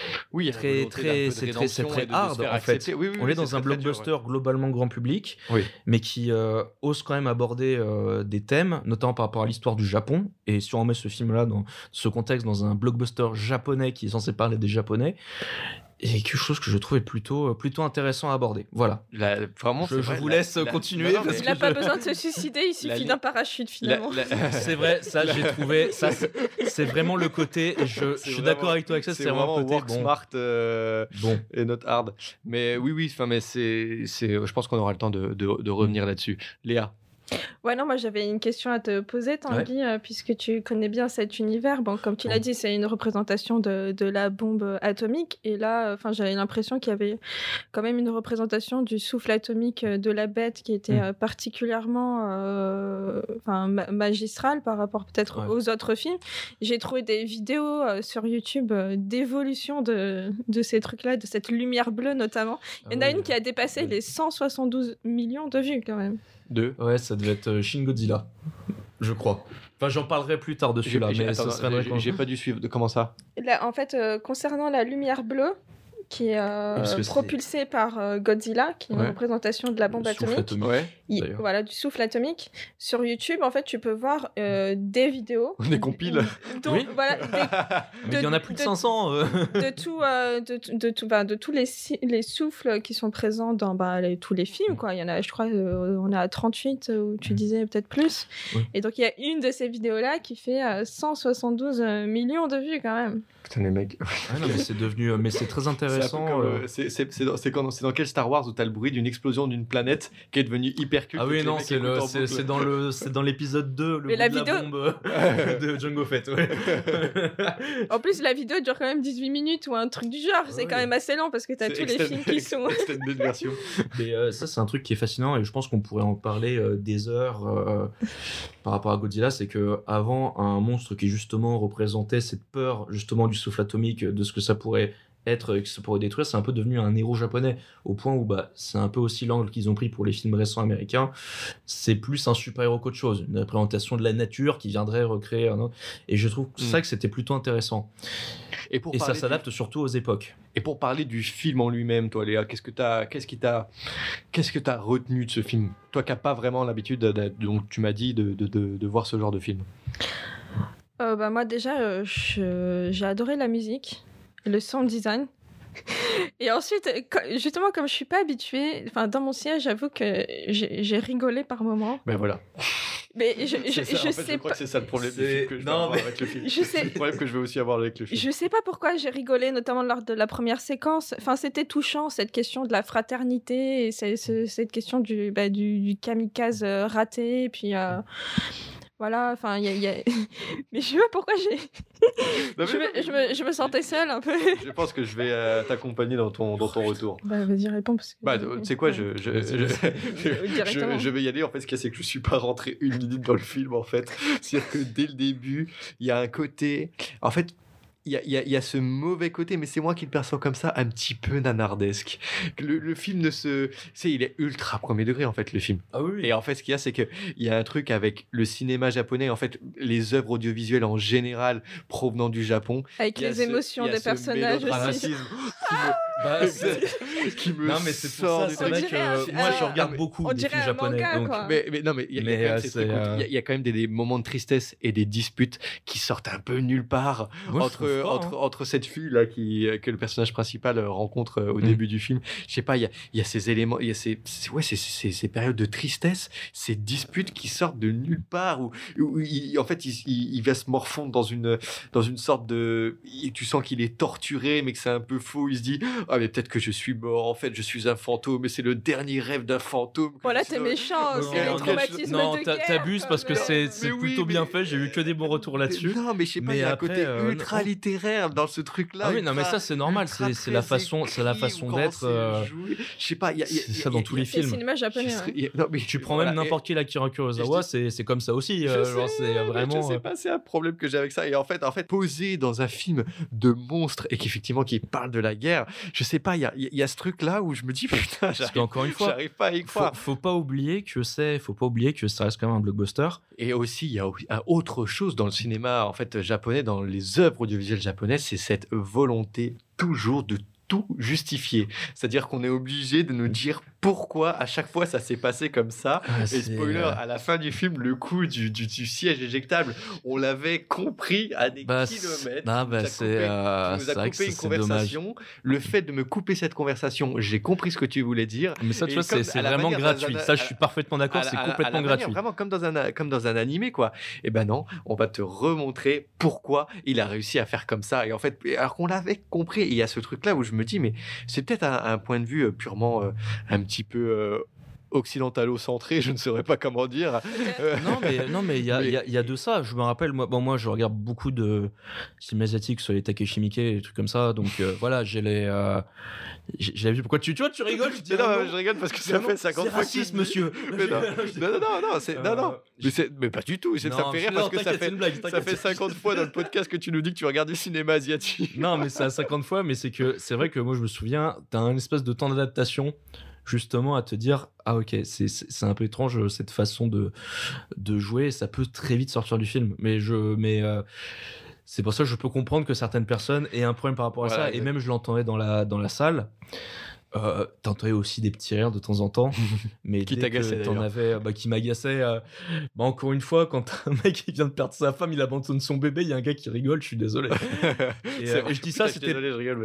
très hard en fait. On est dans un blockbuster globalement grand public, mais qui ose quand même aborder des thèmes, notamment par rapport à l'histoire du Japon. Et si on met ce film là dans ce contexte, dans un blockbuster japonais qui est censé parler des Japonais, et quelque chose que je trouvais plutôt intéressant à aborder. Voilà. Vraiment, je vous laisse continuer. Il n'a pas besoin de se suicider, il suffit d'un parachute finalement. C'est vrai, ça j'ai trouvé. Ça, c'est vraiment le côté. Je suis d'accord avec toi avec ça. C'est vraiment le côté work smart et not hard. Mais oui. Mais je pense qu'on aura le temps de revenir là-dessus. Léa. Ouais, non, moi j'avais une question à te poser, Tanguy, puisque tu connais bien cet univers. Bon, comme tu l'as dit, c'est une représentation de la bombe atomique. Et là, j'avais l'impression qu'il y avait quand même une représentation du souffle atomique de la bête qui était particulièrement magistrale par rapport peut-être aux autres films. J'ai trouvé des vidéos sur YouTube d'évolution de ces trucs-là, de cette lumière bleue notamment. Il y en a une qui a dépassé les 172 millions de vues quand même. Ouais, ça devait être Shin Godzilla, je crois. Enfin, j'en parlerai plus tard dessus là, mais ça serait j'ai pas dû suivre. Comment ça ? Là, en fait, concernant la lumière bleue, qui est propulsée par Godzilla, qui est une représentation de la bombe atomique. Voilà, du souffle atomique. Sur YouTube, en fait, tu peux voir des vidéos. Des compiles. Voilà, mais il y en a plus de 500. De tous les souffles qui sont présents dans tous les films, quoi. Il y en a, je crois, on est à 38, où tu disais peut-être plus. Et donc, il y a une de ces vidéos-là qui fait 172 millions de vues, quand même. Putain, les mecs. Non, mais c'est devenu... Mais c'est très intéressant. C'est dans quel Star Wars où t'as le bruit d'une explosion d'une planète qui est devenue hyper culte. Ah oui, non, c'est dans l'épisode 2, le bruit de la bombe de Jango Fett. En plus, la vidéo dure quand même 18 minutes ou un truc du genre. C'est quand même assez long parce que t'as tous les films qui sont... Extended version. Mais ça, c'est un truc qui est fascinant et je pense qu'on pourrait en parler des heures par rapport à Godzilla. C'est qu'avant, un monstre qui justement représentait cette peur justement du souffle atomique, de ce que ça pourrait être, que ça pourrait détruire, c'est un peu devenu un héros japonais, au point où c'est un peu aussi l'angle qu'ils ont pris pour les films récents américains. C'est plus un super-héros qu'autre chose, une représentation de la nature qui viendrait recréer un autre. Et je trouve ça que c'était plutôt intéressant. Et ça s'adapte surtout aux époques. Et pour parler du film en lui-même, toi Léa, qu'est-ce que t'as retenu de ce film, toi qui n'as pas vraiment l'habitude donc tu m'as dit de voir ce genre de film? Moi déjà j'ai adoré la musique, le sound design. Et ensuite, justement, comme je suis pas habituée, dans mon siège, j'avoue que j'ai rigolé par moments. Ben voilà. Mais je crois que c'est ça le problème du film que je vais avoir avec le film. C'est le problème que je vais aussi avoir avec le film. Je sais pas pourquoi j'ai rigolé, notamment lors de la première séquence. C'était touchant, cette question de la fraternité et cette question du kamikaze raté. Et puis Voilà, enfin, il y a... Mais je sais pas pourquoi Non, mais- je me sentais seule un peu. Je pense que je vais t'accompagner dans ton retour. Bah, vas-y, réponds. Parce que... Bah, tu sais quoi, je vais y aller. En fait, ce qu'il y a, c'est que je suis pas rentré une minute dans le film, en fait. C'est-à-dire que dès le début, il y a un côté... En fait, il y a ce mauvais côté, mais c'est moi qui le perçois comme ça, un petit peu nanardesque. Le film ne se... Tu sais, il est ultra premier degré, en fait, le film. Ah oui. Et en fait, ce qu'il y a, c'est qu'il y a un truc avec le cinéma japonais, en fait, les œuvres audiovisuelles en général provenant du Japon. Avec Il y a les émotions il y a des ce personnages aussi. mélodramatisme qui me Non, mais c'est pour sort ça, des c'est trucs. vrai que moi je regarde beaucoup on des dirait films un japonais. manga, Donc... quoi. Mais non, mais il y a Mais, quand même ces c'est, trucs où il y a quand même des moments de tristesse et des disputes qui sortent un peu nulle part Moi, je trouve pas, entre cette fille là que le personnage principal rencontre au début du film. Je sais pas, il y a ces éléments, il y a ces périodes de tristesse, ces disputes qui sortent de nulle part où en fait il va se morfondre dans une sorte de... Tu sens qu'il est torturé mais que c'est un peu faux. Il se dit ah mais peut-être que je suis mort, en fait je suis un fantôme, mais c'est le dernier rêve d'un fantôme. Voilà, t'es méchant, Non, c'est non, les traumatismes non, de guerre. t'abuses parce que c'est mais oui, plutôt bien mais- fait. J'ai eu que des bons retours là-dessus. Non, mais je sais pas, Mais il y a un après, côté ultra non. littéraire dans ce truc-là. Ah oui, non, mais ultra- ça c'est normal. ultra C'est la très façon écrit, où d'être. comment c'est joué. Je sais pas, il y a C'est ça dans tous les C'est le films. cinéma japonais. Ouais. Non, mais Tu prends voilà, même n'importe quel Akira Kurosawa, c'est comme ça aussi. Je Genre, sais, c'est mais vraiment. je sais pas, c'est un problème que j'ai avec ça. Et en fait, posé dans un film de monstres et qui parle de la guerre, je sais pas, il y a ce truc-là où je me dis, putain, Parce qu'encore une fois, j'arrive pas à y croire. faut pas oublier que ça reste quand même un blockbuster. Et aussi, il y a autre chose dans le cinéma en fait japonais, dans les œuvres audiovisuelles japonaises, c'est cette volonté toujours de tout justifier. C'est-à-dire qu'on est obligé de nous dire pourquoi à chaque fois ça s'est passé comme ça. Ah, Et c'est, spoiler, à la fin du film, le coup du siège éjectable, on l'avait compris à des kilomètres. Ah, Tu bah, nous as c'est coupé- tu c'est nous as vrai que coupé une c'est dommage. conversation. Le fait de me couper cette conversation, j'ai compris ce que tu voulais dire. Mais ça, tu Et vois, comme c'est à la vraiment manière gratuit. d'un- Ça, je suis parfaitement d'accord, c'est à la complètement manière, gratuit. Vraiment comme dans un animé, quoi. Et ben non, on va te remontrer pourquoi il a réussi à faire comme ça. Et en fait, alors qu'on l'avait compris, il y a ce truc-là où je me dis, mais c'est peut-être un point de vue purement un petit peu occidentalo-centré, je ne saurais pas comment dire. Non, mais il y a de ça. Je me rappelle, moi, je regarde beaucoup de films asiatiques sur les Takeshi Miike et des trucs comme ça. Donc voilà, j'ai vu. Pourquoi tu vois, tu rigoles? Je dis, Mais non, ah, je rigole parce que ça fait 50 c'est fois raciste, qu'il- monsieur. Mais non, mais pas du tout. Ça me fait rire parce que ça t'inquiète, c'est fait, une blague, ça t'inquiète. fait 50 fois dans le podcast que tu nous dis que tu regardes du cinéma asiatique. Non, mais c'est à 50 fois, mais c'est vrai que moi, je me souviens, t'as un espèce de temps d'adaptation, justement, à te dire, ah ok, c'est un peu étrange cette façon de jouer, et ça peut très vite sortir du film. Mais c'est pour ça que je peux comprendre que certaines personnes aient un problème par rapport à Voilà, ça, et exact. même je l'entendais dans la salle. T'entendais aussi des petits rires de temps en temps, mais Qui dès t'agaçaient, que t'en d'ailleurs. avais, qui m'agaçait. Encore une fois, quand un mec qui vient de perdre sa femme, il abandonne son bébé, il y a un gars qui rigole, je suis désolé. Et, C'est vrai. et je dis ça, Putain, je suis c'était. désolé, je rigole,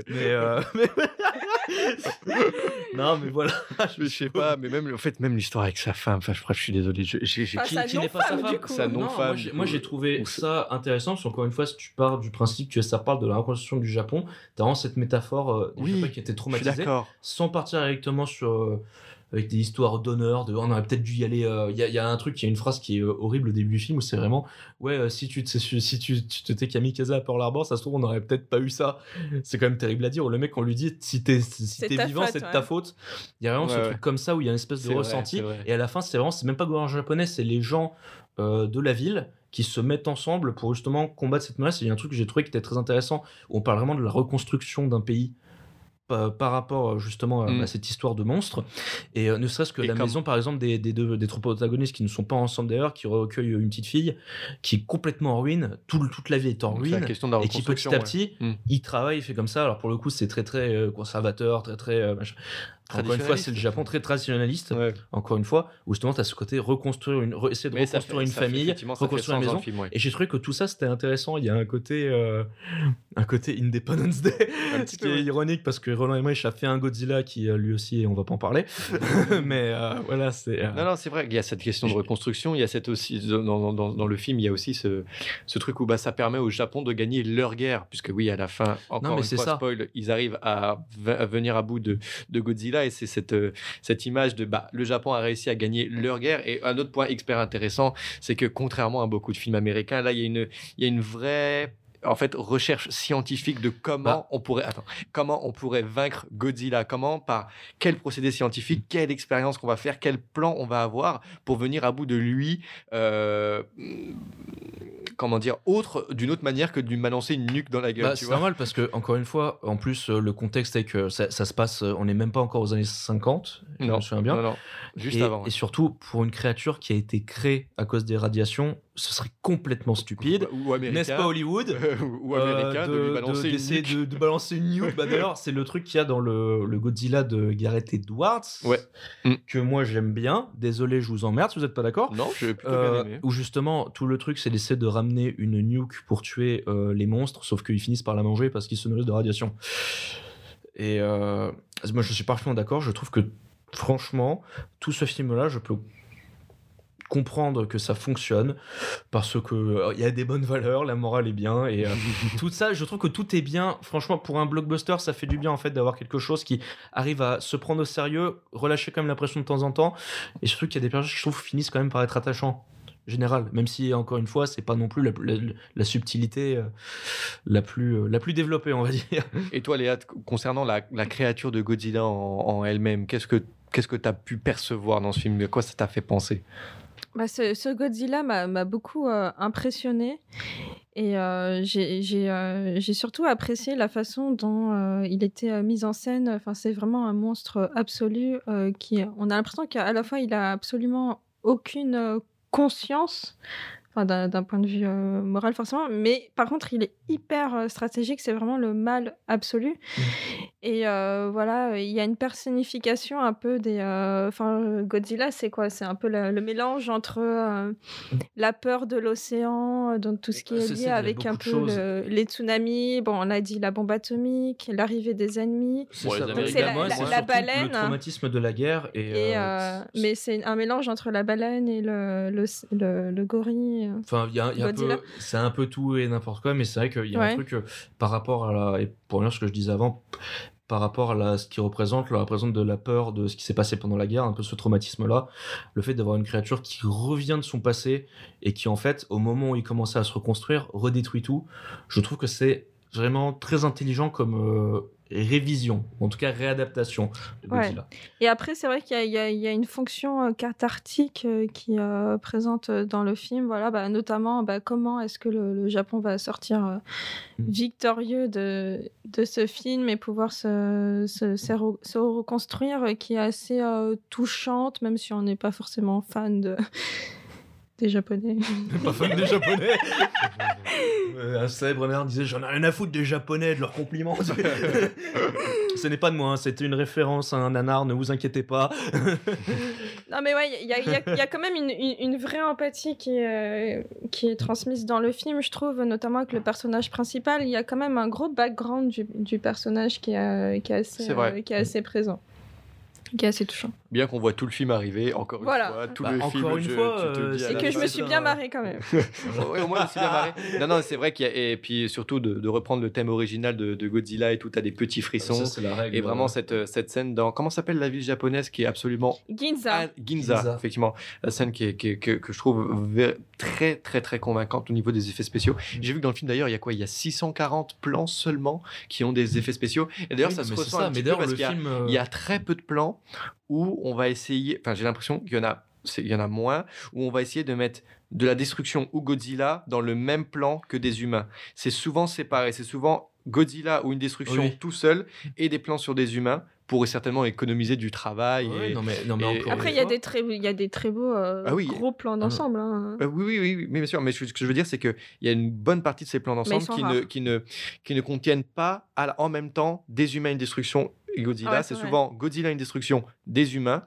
Non, mais voilà. mais je sais pas, mais même l'histoire avec sa femme, enfin, bref, je suis désolé, j'ai Ah, Qui sa n'est pas sa non-femme, femme. du coup. Sa Non, non-femme, moi, j'ai trouvé ou- ça intéressant parce qu'encore une fois, si tu pars du principe que ça parle de la reconstruction du Japon, t'as vraiment cette métaphore des Oui, Japonais qui étaient je suis traumatisés, d'accord. sans partir directement sur avec des histoires d'honneur, on aurait peut-être dû y aller. Il y a un truc, il y a une phrase qui est horrible au début du film où c'est vraiment si tu t'étais kamikaze à Pearl Harbor, ça se trouve on n'aurait peut-être pas eu ça. C'est quand même terrible à dire. Le mec, on lui dit si t'es ta vivant, faute, c'est de ouais. ta faute. Il y a vraiment ce Ouais, truc comme ça où il y a une espèce de C'est vrai, ressenti. c'est vrai. Et à la fin, c'est même pas le gouvernement japonais, c'est les gens de la ville qui se mettent ensemble pour justement combattre cette menace. Et il y a un truc que j'ai trouvé qui était très intéressant où on parle vraiment de la reconstruction d'un pays par rapport justement à cette histoire de monstre, et ne serait-ce que Et la comme- maison par exemple des trois protagonistes qui ne sont pas ensemble d'ailleurs, qui recueillent une petite fille qui est complètement en ruine, toute la vie est en Donc, c'est la ruine, question de la et qui petit reconstruction, à ouais. petit il travaille, il fait comme ça. Alors pour le coup c'est très très conservateur, très machin. Encore une fois, c'est le Japon très traditionnaliste. Ouais. Encore une fois, où justement, tu as ce côté reconstruire essayer de Mais ça reconstruire fait- une ça fait famille, effectivement, ça fait reconstruire une sens dans maison. le film, ouais. Et j'ai trouvé que tout ça, c'était intéressant. Il y a un côté Independence Day, petit ce qui peu, est ouais. ironique parce que Roland Emmerich a fait un Godzilla qui, lui aussi, on va pas en parler. Mais voilà, c'est. Non, c'est vrai qu'il y a cette question de reconstruction. Il y a cette aussi dans le film, il y a aussi ce truc où ça permet au Japon de gagner leur guerre, puisque oui, à la fin, encore mais une c'est fois, ça. spoil, ils arrivent à venir à bout de Godzilla. Godzilla, et c'est cette image de le Japon a réussi à gagner leur guerre. Et un autre point hyper intéressant, c'est que contrairement à beaucoup de films américains, là, il y a une vraie recherche scientifique de comment on pourrait vaincre Godzilla, par quel procédé scientifique, quelle expérience qu'on va faire, quel plan on va avoir pour venir à bout de lui, d'une autre manière que de lui balancer une nuque dans la gueule. C'est normal parce que, encore une fois, en plus, le contexte est que ça se passe, on n'est même pas encore aux années 50, je me souviens bien. Non, juste avant. Et surtout, pour une créature qui a été créée à cause des radiations, ce serait complètement stupide, n'est-ce pas Hollywood ou américain, de lui balancer d'essayer de balancer une nuque. D'ailleurs, c'est le truc qu'il y a dans le Godzilla de Gareth Edwards, que moi j'aime bien. Désolé, je vous emmerde si vous n'êtes pas d'accord. Non, j'ai plutôt bien aimé. Où justement, tout le truc, c'est d'essayer de ramener une nuque pour tuer les monstres, sauf qu'ils finissent par la manger parce qu'ils se nourrissent de radiation. Et moi, je suis parfaitement d'accord. Je trouve que, franchement, tout ce film-là, je peux comprendre que ça fonctionne parce que il y a des bonnes valeurs, la morale est bien, et tout ça, je trouve que tout est bien. Franchement, pour un blockbuster, ça fait du bien en fait d'avoir quelque chose qui arrive à se prendre au sérieux, relâcher quand même la pression de temps en temps, et surtout qu'il y a des personnages qui, je trouve, finissent quand même par être attachants général, même si encore une fois c'est pas non plus la subtilité la plus développée, on va dire. Et toi Léa, concernant la créature de Godzilla en elle-même, qu'est-ce que tu as pu percevoir dans ce film? À quoi ça t'a fait penser? Ce Godzilla m'a beaucoup impressionné, et j'ai surtout apprécié la façon dont il était mis en scène. Enfin, c'est vraiment un monstre absolu on a l'impression qu'à la fois il a absolument aucune conscience, d'un point de vue moral forcément, mais par contre il est hyper stratégique, c'est vraiment le mal absolu. Et il y a une personnification un peu des... Godzilla, c'est quoi? C'est un peu le mélange entre la peur de l'océan, donc tout ce qui est lié avec un peu les tsunamis, on a dit la bombe atomique, l'arrivée des ennemis. C'est la baleine. Le traumatisme de la guerre. Mais c'est un mélange entre la baleine et le gorille. Enfin, c'est un peu tout et n'importe quoi, mais c'est vrai qu'il y a un truc par rapport à et pour revenir sur ce que je disais avant, par rapport à ce qui représente de la peur de ce qui s'est passé pendant la guerre, un peu ce traumatisme-là, le fait d'avoir une créature qui revient de son passé et qui, en fait, au moment où il commençait à se reconstruire, redétruit tout. Je trouve que c'est vraiment très intelligent comme révision, en tout cas réadaptation de Godzilla. Et après, c'est vrai qu'il y a une fonction cathartique qui est présente dans le film, notamment comment est-ce que le Japon va sortir victorieux de ce film et pouvoir se reconstruire, qui est assez touchante, même si on n'est pas forcément fan des Japonais. Pas fan des Japonais. Un célèbre nerd disait: j'en ai rien à foutre des Japonais, de leurs compliments. Ce n'est pas de moi, c'était une référence à un nanar, ne vous inquiétez pas. Non mais il y a quand même une vraie empathie qui est transmise dans le film, je trouve, notamment avec le personnage principal. Il y a quand même un gros background du personnage qui est assez présent, qui est assez touchant. Bien qu'on voit tout le film arriver, encore une fois, tout le film, tu te le dis. Et que je me suis bien marrée quand même. Ouais, au moins, je me suis bien marrée. Non, c'est vrai qu'il y a, et puis surtout de reprendre le thème original de Godzilla et tout, t'as des petits frissons. Ça, c'est la règle, et vraiment cette scène dans, comment s'appelle la ville japonaise qui est absolument... Ginza, effectivement. La scène que je trouve très, très, très convaincante au niveau des effets spéciaux. J'ai vu que dans le film, d'ailleurs, il y a 640 plans seulement qui ont des effets spéciaux. Et d'ailleurs, ça se ressent un petit peu parce qu'il y a très peu de plans où on va essayer, j'ai l'impression qu'il y en a moins, où on va essayer de mettre de la destruction ou Godzilla dans le même plan que des humains. C'est souvent séparé, c'est souvent Godzilla ou une destruction tout seul et des plans sur des humains pour certainement économiser du travail. Après, il y a des très beaux gros plans d'ensemble. Oui, mais bien sûr. Mais ce que je veux dire, c'est qu'il y a une bonne partie de ces plans d'ensemble qui ne contiennent pas en même temps des humains et une destruction. Et Godzilla, c'est souvent Godzilla, une destruction des humains.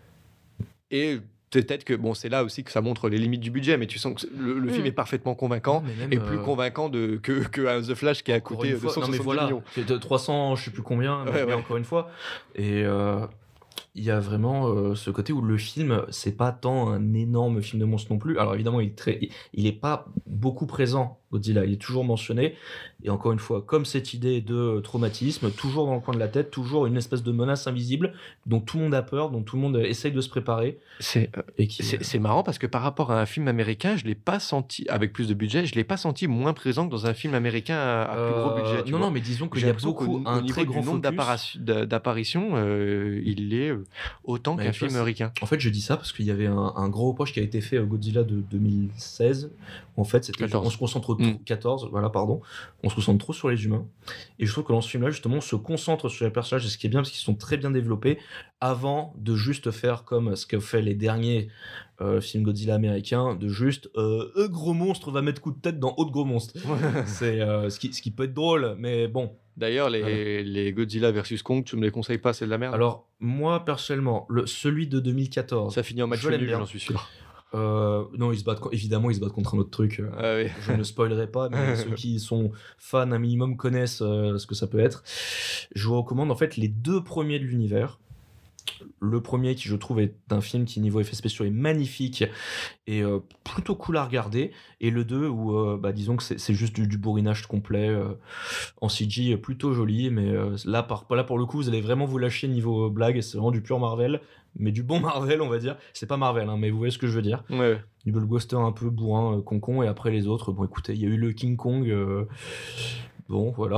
Et peut-être que c'est là aussi que ça montre les limites du budget, mais tu sens que le film est parfaitement convaincant, et plus convaincant que The Flash qui a coûté 270 millions. C'est de 300, je sais plus combien, mais encore une fois. Et il y a vraiment ce côté où le film, c'est pas tant un énorme film de monstre non plus. Alors évidemment, il est pas beaucoup présent Godzilla, il est toujours mentionné. Et encore une fois, comme cette idée de traumatisme, toujours dans le coin de la tête, toujours une espèce de menace invisible dont tout le monde a peur, dont tout le monde essaye de se préparer. C'est marrant parce que par rapport à un film américain, je l'ai pas senti, avec plus de budget, je l'ai pas senti moins présent que dans un film américain à plus gros budget. Non, mais disons qu'il y a beaucoup, un très grand nombre d'apparitions, il est autant qu'un film américain. En fait, je dis ça parce qu'il y avait un gros reproche qui a été fait au Godzilla de 2016. En fait, c'était on se concentre 14, voilà, pardon. On se concentre trop sur les humains. Et je trouve que dans ce film-là, justement, on se concentre sur les personnages, et ce qui est bien, parce qu'ils sont très bien développés, avant de juste faire comme ce que fait les derniers films Godzilla américains, de juste gros monstre va mettre coup de tête dans autre gros monstre. C'est ce qui peut être drôle, mais bon. D'ailleurs, les Godzilla versus Kong, tu me les conseilles pas, c'est de la merde. Alors, moi, personnellement, celui de 2014... Ça finit en match nul, j'en suis sûr. Non, évidemment, ils se battent contre un autre truc. Oui. Je ne spoilerai pas, mais ceux qui sont fans un minimum connaissent ce que ça peut être. Je vous recommande en fait les 2 premiers de l'univers. Le premier qui je trouve est un film qui niveau effets spéciaux est magnifique et plutôt cool à regarder, et le 2 où disons que c'est juste du bourrinage complet en CG plutôt joli, mais là pour le coup vous allez vraiment vous lâcher niveau blague, c'est vraiment du pur Marvel, mais du bon Marvel on va dire. C'est pas Marvel mais vous voyez ce que je veux dire. Ouais. Du blockbuster un peu bourrin, concon, et après les autres, bon écoutez, il y a eu le King Kong, bon voilà,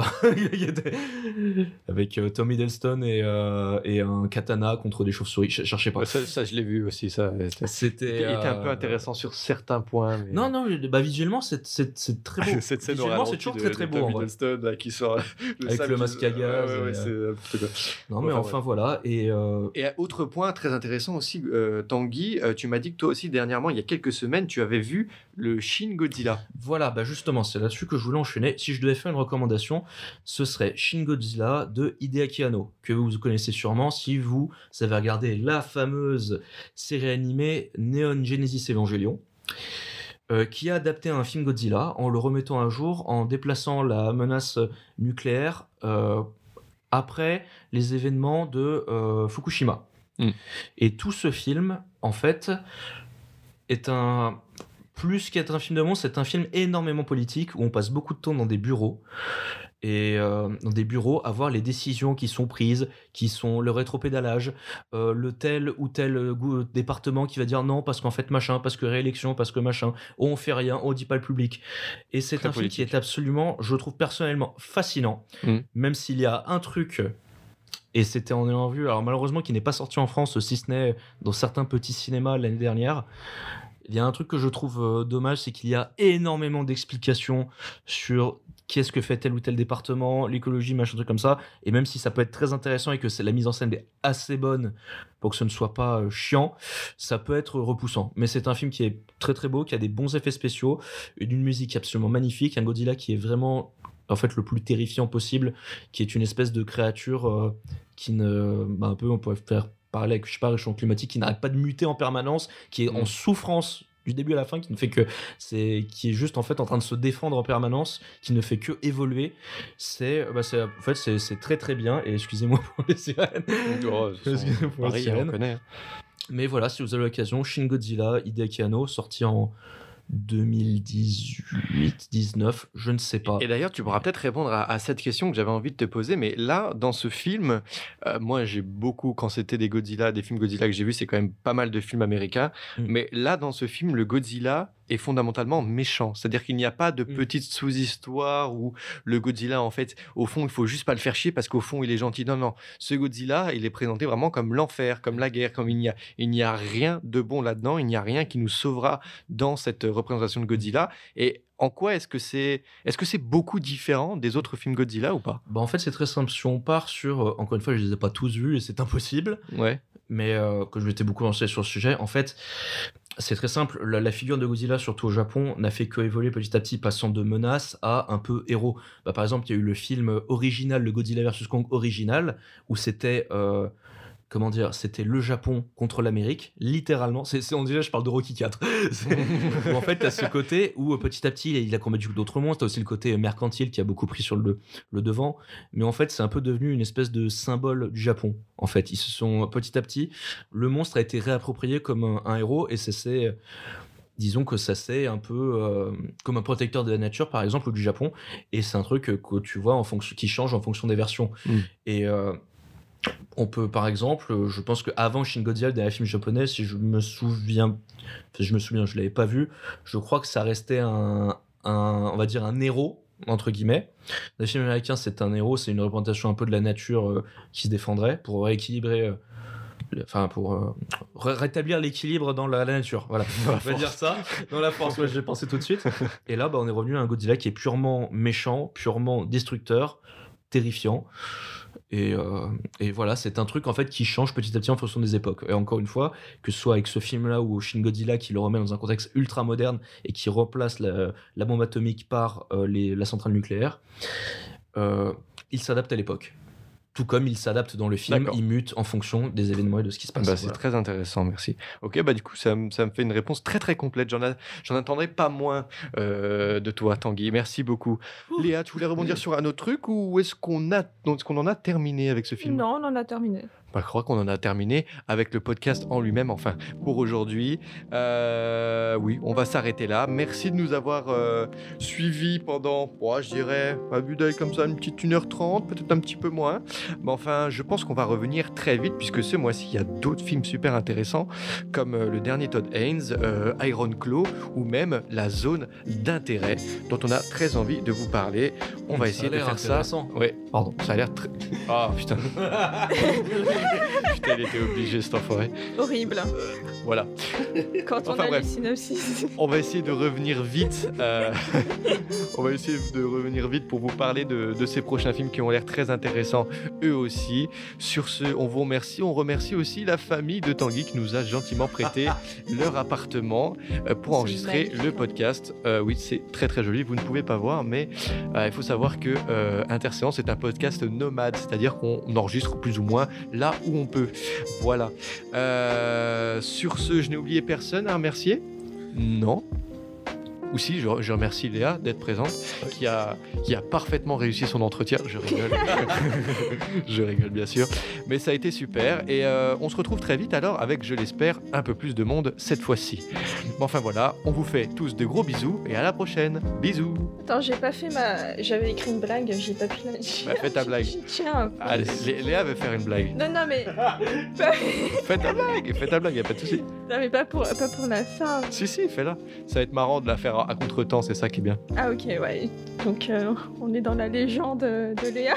avec Tom Hiddleston et un katana contre des chauves-souris, cherchez pas. Ça je l'ai vu aussi, ça. Il était un peu intéressant sur certains points. Mais... Non, visuellement c'est très beau. Cette scène visuellement c'est toujours très beau. Tom Hiddleston là, qui sort avec le masque à gaz. Non mais enfin voilà. Et autre point très intéressant aussi, Tanguy, tu m'as dit que toi aussi dernièrement, il y a quelques semaines, tu avais vu le Shin Godzilla. Voilà, justement, c'est là-dessus que je voulais enchaîner. Si je devais faire une recommandation, ce serait Shin Godzilla de Hideaki Anno, que vous connaissez sûrement si vous avez regardé la fameuse série animée Neon Genesis Evangelion, qui a adapté un film Godzilla en le remettant à jour, en déplaçant la menace nucléaire après les événements de Fukushima. Et tout ce film, en fait, est plus qu'être un film de monstre, c'est un film énormément politique où on passe beaucoup de temps dans des bureaux à voir les décisions qui sont prises, qui sont le rétropédalage, le tel ou tel département qui va dire non parce qu'en fait machin, parce que réélection, parce que machin, on fait rien, on dit pas le public. Et c'est très un politique. Film qui est absolument, je trouve personnellement fascinant, même s'il y a un truc. Et c'était en ayant vu, alors malheureusement qui n'est pas sorti en France, si ce n'est dans certains petits cinémas l'année dernière. Il y a un truc que je trouve dommage, c'est qu'il y a énormément d'explications sur qu'est-ce que fait tel ou tel département, l'écologie, machin, truc comme ça. Et même si ça peut être très intéressant et que la mise en scène est assez bonne pour que ce ne soit pas chiant, ça peut être repoussant. Mais c'est un film qui est très très beau, qui a des bons effets spéciaux, une musique absolument magnifique, un Godzilla qui est vraiment en fait le plus terrifiant possible, qui est une espèce de créature qui ne... un peu on pourrait faire parler avec, je sais pas, réchauffement climatique, qui n'arrête pas de muter en permanence, qui est en souffrance du début à la fin, qui ne fait que qui est juste en fait en train de se défendre en permanence, qui ne fait que évoluer. C'est très très bien. Et excusez-moi pour les sirènes. Mais voilà, si vous avez l'occasion, Shin Godzilla, Hideaki Anno, sorti en 2018-19, je ne sais pas. Et d'ailleurs, tu pourras peut-être répondre à cette question que j'avais envie de te poser, mais là, dans ce film, moi j'ai beaucoup, quand c'était des films Godzilla que j'ai vus, c'est quand même pas mal de films américains, mais là, dans ce film, le Godzilla est fondamentalement méchant. C'est-à-dire qu'il n'y a pas de petite sous-histoire où le Godzilla, en fait, au fond, il faut juste pas le faire chier parce qu'au fond, il est gentil. Non. Ce Godzilla, il est présenté vraiment comme l'enfer, comme la guerre, comme il n'y a rien de bon là-dedans, il n'y a rien qui nous sauvera dans cette représentation de Godzilla. Et en quoi est-ce que c'est beaucoup différent des autres films Godzilla ou pas ? En fait, c'est très simple. Si on part sur... encore une fois, je les ai pas tous vus et c'est impossible. Ouais. Mais que je m'étais beaucoup lancé sur le sujet, en fait... C'est très simple, la figure de Godzilla, surtout au Japon, n'a fait que évoluer petit à petit, passant de menace à un peu héros. Par exemple, il y a eu le film original, le Godzilla vs Kong original, où c'était... c'était le Japon contre l'Amérique, littéralement. On dirait, je parle de Rocky 4. En fait, t'as ce côté où petit à petit, il a combattu d'autres monstres. T'as aussi le côté mercantile qui a beaucoup pris sur le devant. Mais en fait, c'est un peu devenu une espèce de symbole du Japon. En fait, ils se sont petit à petit, le monstre a été réapproprié comme un héros, et c'est disons que ça c'est un peu comme un protecteur de la nature par exemple ou du Japon, et c'est un truc que tu vois qui change en fonction des versions. Et on peut par exemple, je pense qu'avant Shin Godzilla, dans les films japonais, si je me souviens, je l'avais pas vu, je crois que ça restait on va dire un héros entre guillemets. Dans les films américains, c'est un héros, c'est une représentation un peu de la nature qui se défendrait pour rééquilibrer pour rétablir l'équilibre dans la nature. Voilà, on va dire ça. Dans la force, ouais, je l'ai pensé tout de suite. Et là, on est revenu à un Godzilla qui est purement méchant, purement destructeur, terrifiant. Et voilà, c'est un truc en fait qui change petit à petit en fonction des époques. Et encore une fois, que ce soit avec ce film-là ou Shin Godzilla qui le remet dans un contexte ultra moderne et qui replace la bombe atomique par la centrale nucléaire, il s'adapte à l'époque. Tout comme il s'adapte dans le film, D'accord. il mute en fonction des événements et de ce qui se passe. C'est très intéressant, merci. Ok, du coup, ça me fait une réponse très très complète. J'en attendrai pas moins de toi, Tanguy. Merci beaucoup. Léa, tu voulais rebondir sur un autre truc ou est-ce qu'on en a terminé avec ce film ? Non, on en a terminé. Je crois qu'on en a terminé avec le podcast en lui-même, enfin, pour aujourd'hui. Oui, on va s'arrêter là. Merci de nous avoir suivis pendant, je dirais, à vue d'œil comme ça, une petite 1h30, peut-être un petit peu moins. Mais enfin, je pense qu'on va revenir très vite, puisque ce mois-ci, il y a d'autres films super intéressants, comme le dernier Todd Haynes, Iron Claw, ou même La Zone d'intérêt, dont on a très envie de vous parler. On va essayer de faire ça. Ouais, pardon, ça a l'air très... Ah, putain. Putain, il était obligé, cet enfoiré. Horrible. Voilà. Quand on a le synopsis. On va essayer de revenir vite. On va essayer de revenir vite pour vous parler de ces prochains films qui ont l'air très intéressants, eux aussi. Sur ce, on vous remercie. On remercie aussi la famille de Tanguy qui nous a gentiment prêté leur appartement pour enregistrer le podcast. Oui, c'est très très joli. Vous ne pouvez pas voir, mais il faut savoir que Interséance est un podcast nomade, c'est-à-dire qu'on enregistre plus ou moins là où on peut. Voilà. Sur ce, je n'ai oublié personne à remercier ? Non. Ou si, je remercie Léa d'être présente, qui a parfaitement réussi son entretien. Je rigole. Je rigole, bien sûr. Mais ça a été super. Et on se retrouve très vite alors avec, je l'espère, un peu plus de monde cette fois-ci. Enfin voilà, on vous fait tous de gros bisous et à la prochaine. Bisous. Attends, j'avais écrit une blague, j'ai pas pu la dire. Fais ta blague. Tiens. Allez, Léa veut faire une blague. Non, mais... Fais ta blague, y a pas de souci. Non, mais pas pour la fin. Si, fais-la. Ça va être marrant de la faire à contre-temps, c'est ça qui est bien. Ah ok, ouais. Donc on est dans la légende de Léa.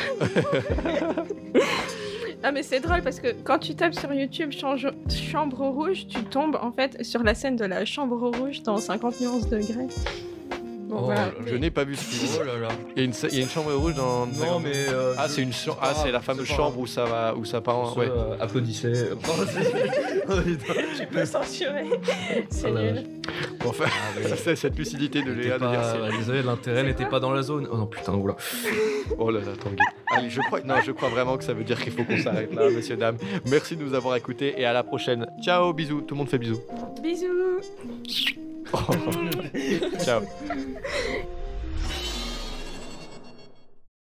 Ah mais c'est drôle parce que quand tu tapes sur YouTube Chambre rouge, tu tombes en fait sur la scène de la Chambre rouge dans 50 nuances degrés. Bon, voilà. Je n'ai pas vu ce film. Oh là là. Il y a une chambre rouge dans... Non mais... c'est la fameuse chambre où ça part en... Ouais. Applaudissez. Tu peux censurer. C'est nul. Bon, enfin, c'est cette lucidité de Léa de dire c'est... Désolé, l'intérêt n'était pas dans la zone. Oh non putain, oula. Oh là là, Tanguy. Allez, je crois vraiment que ça veut dire qu'il faut qu'on s'arrête là, messieurs, dames. Merci de nous avoir écoutés et à la prochaine. Ciao, bisous. Tout le monde fait bisous. Bisous. Ciao.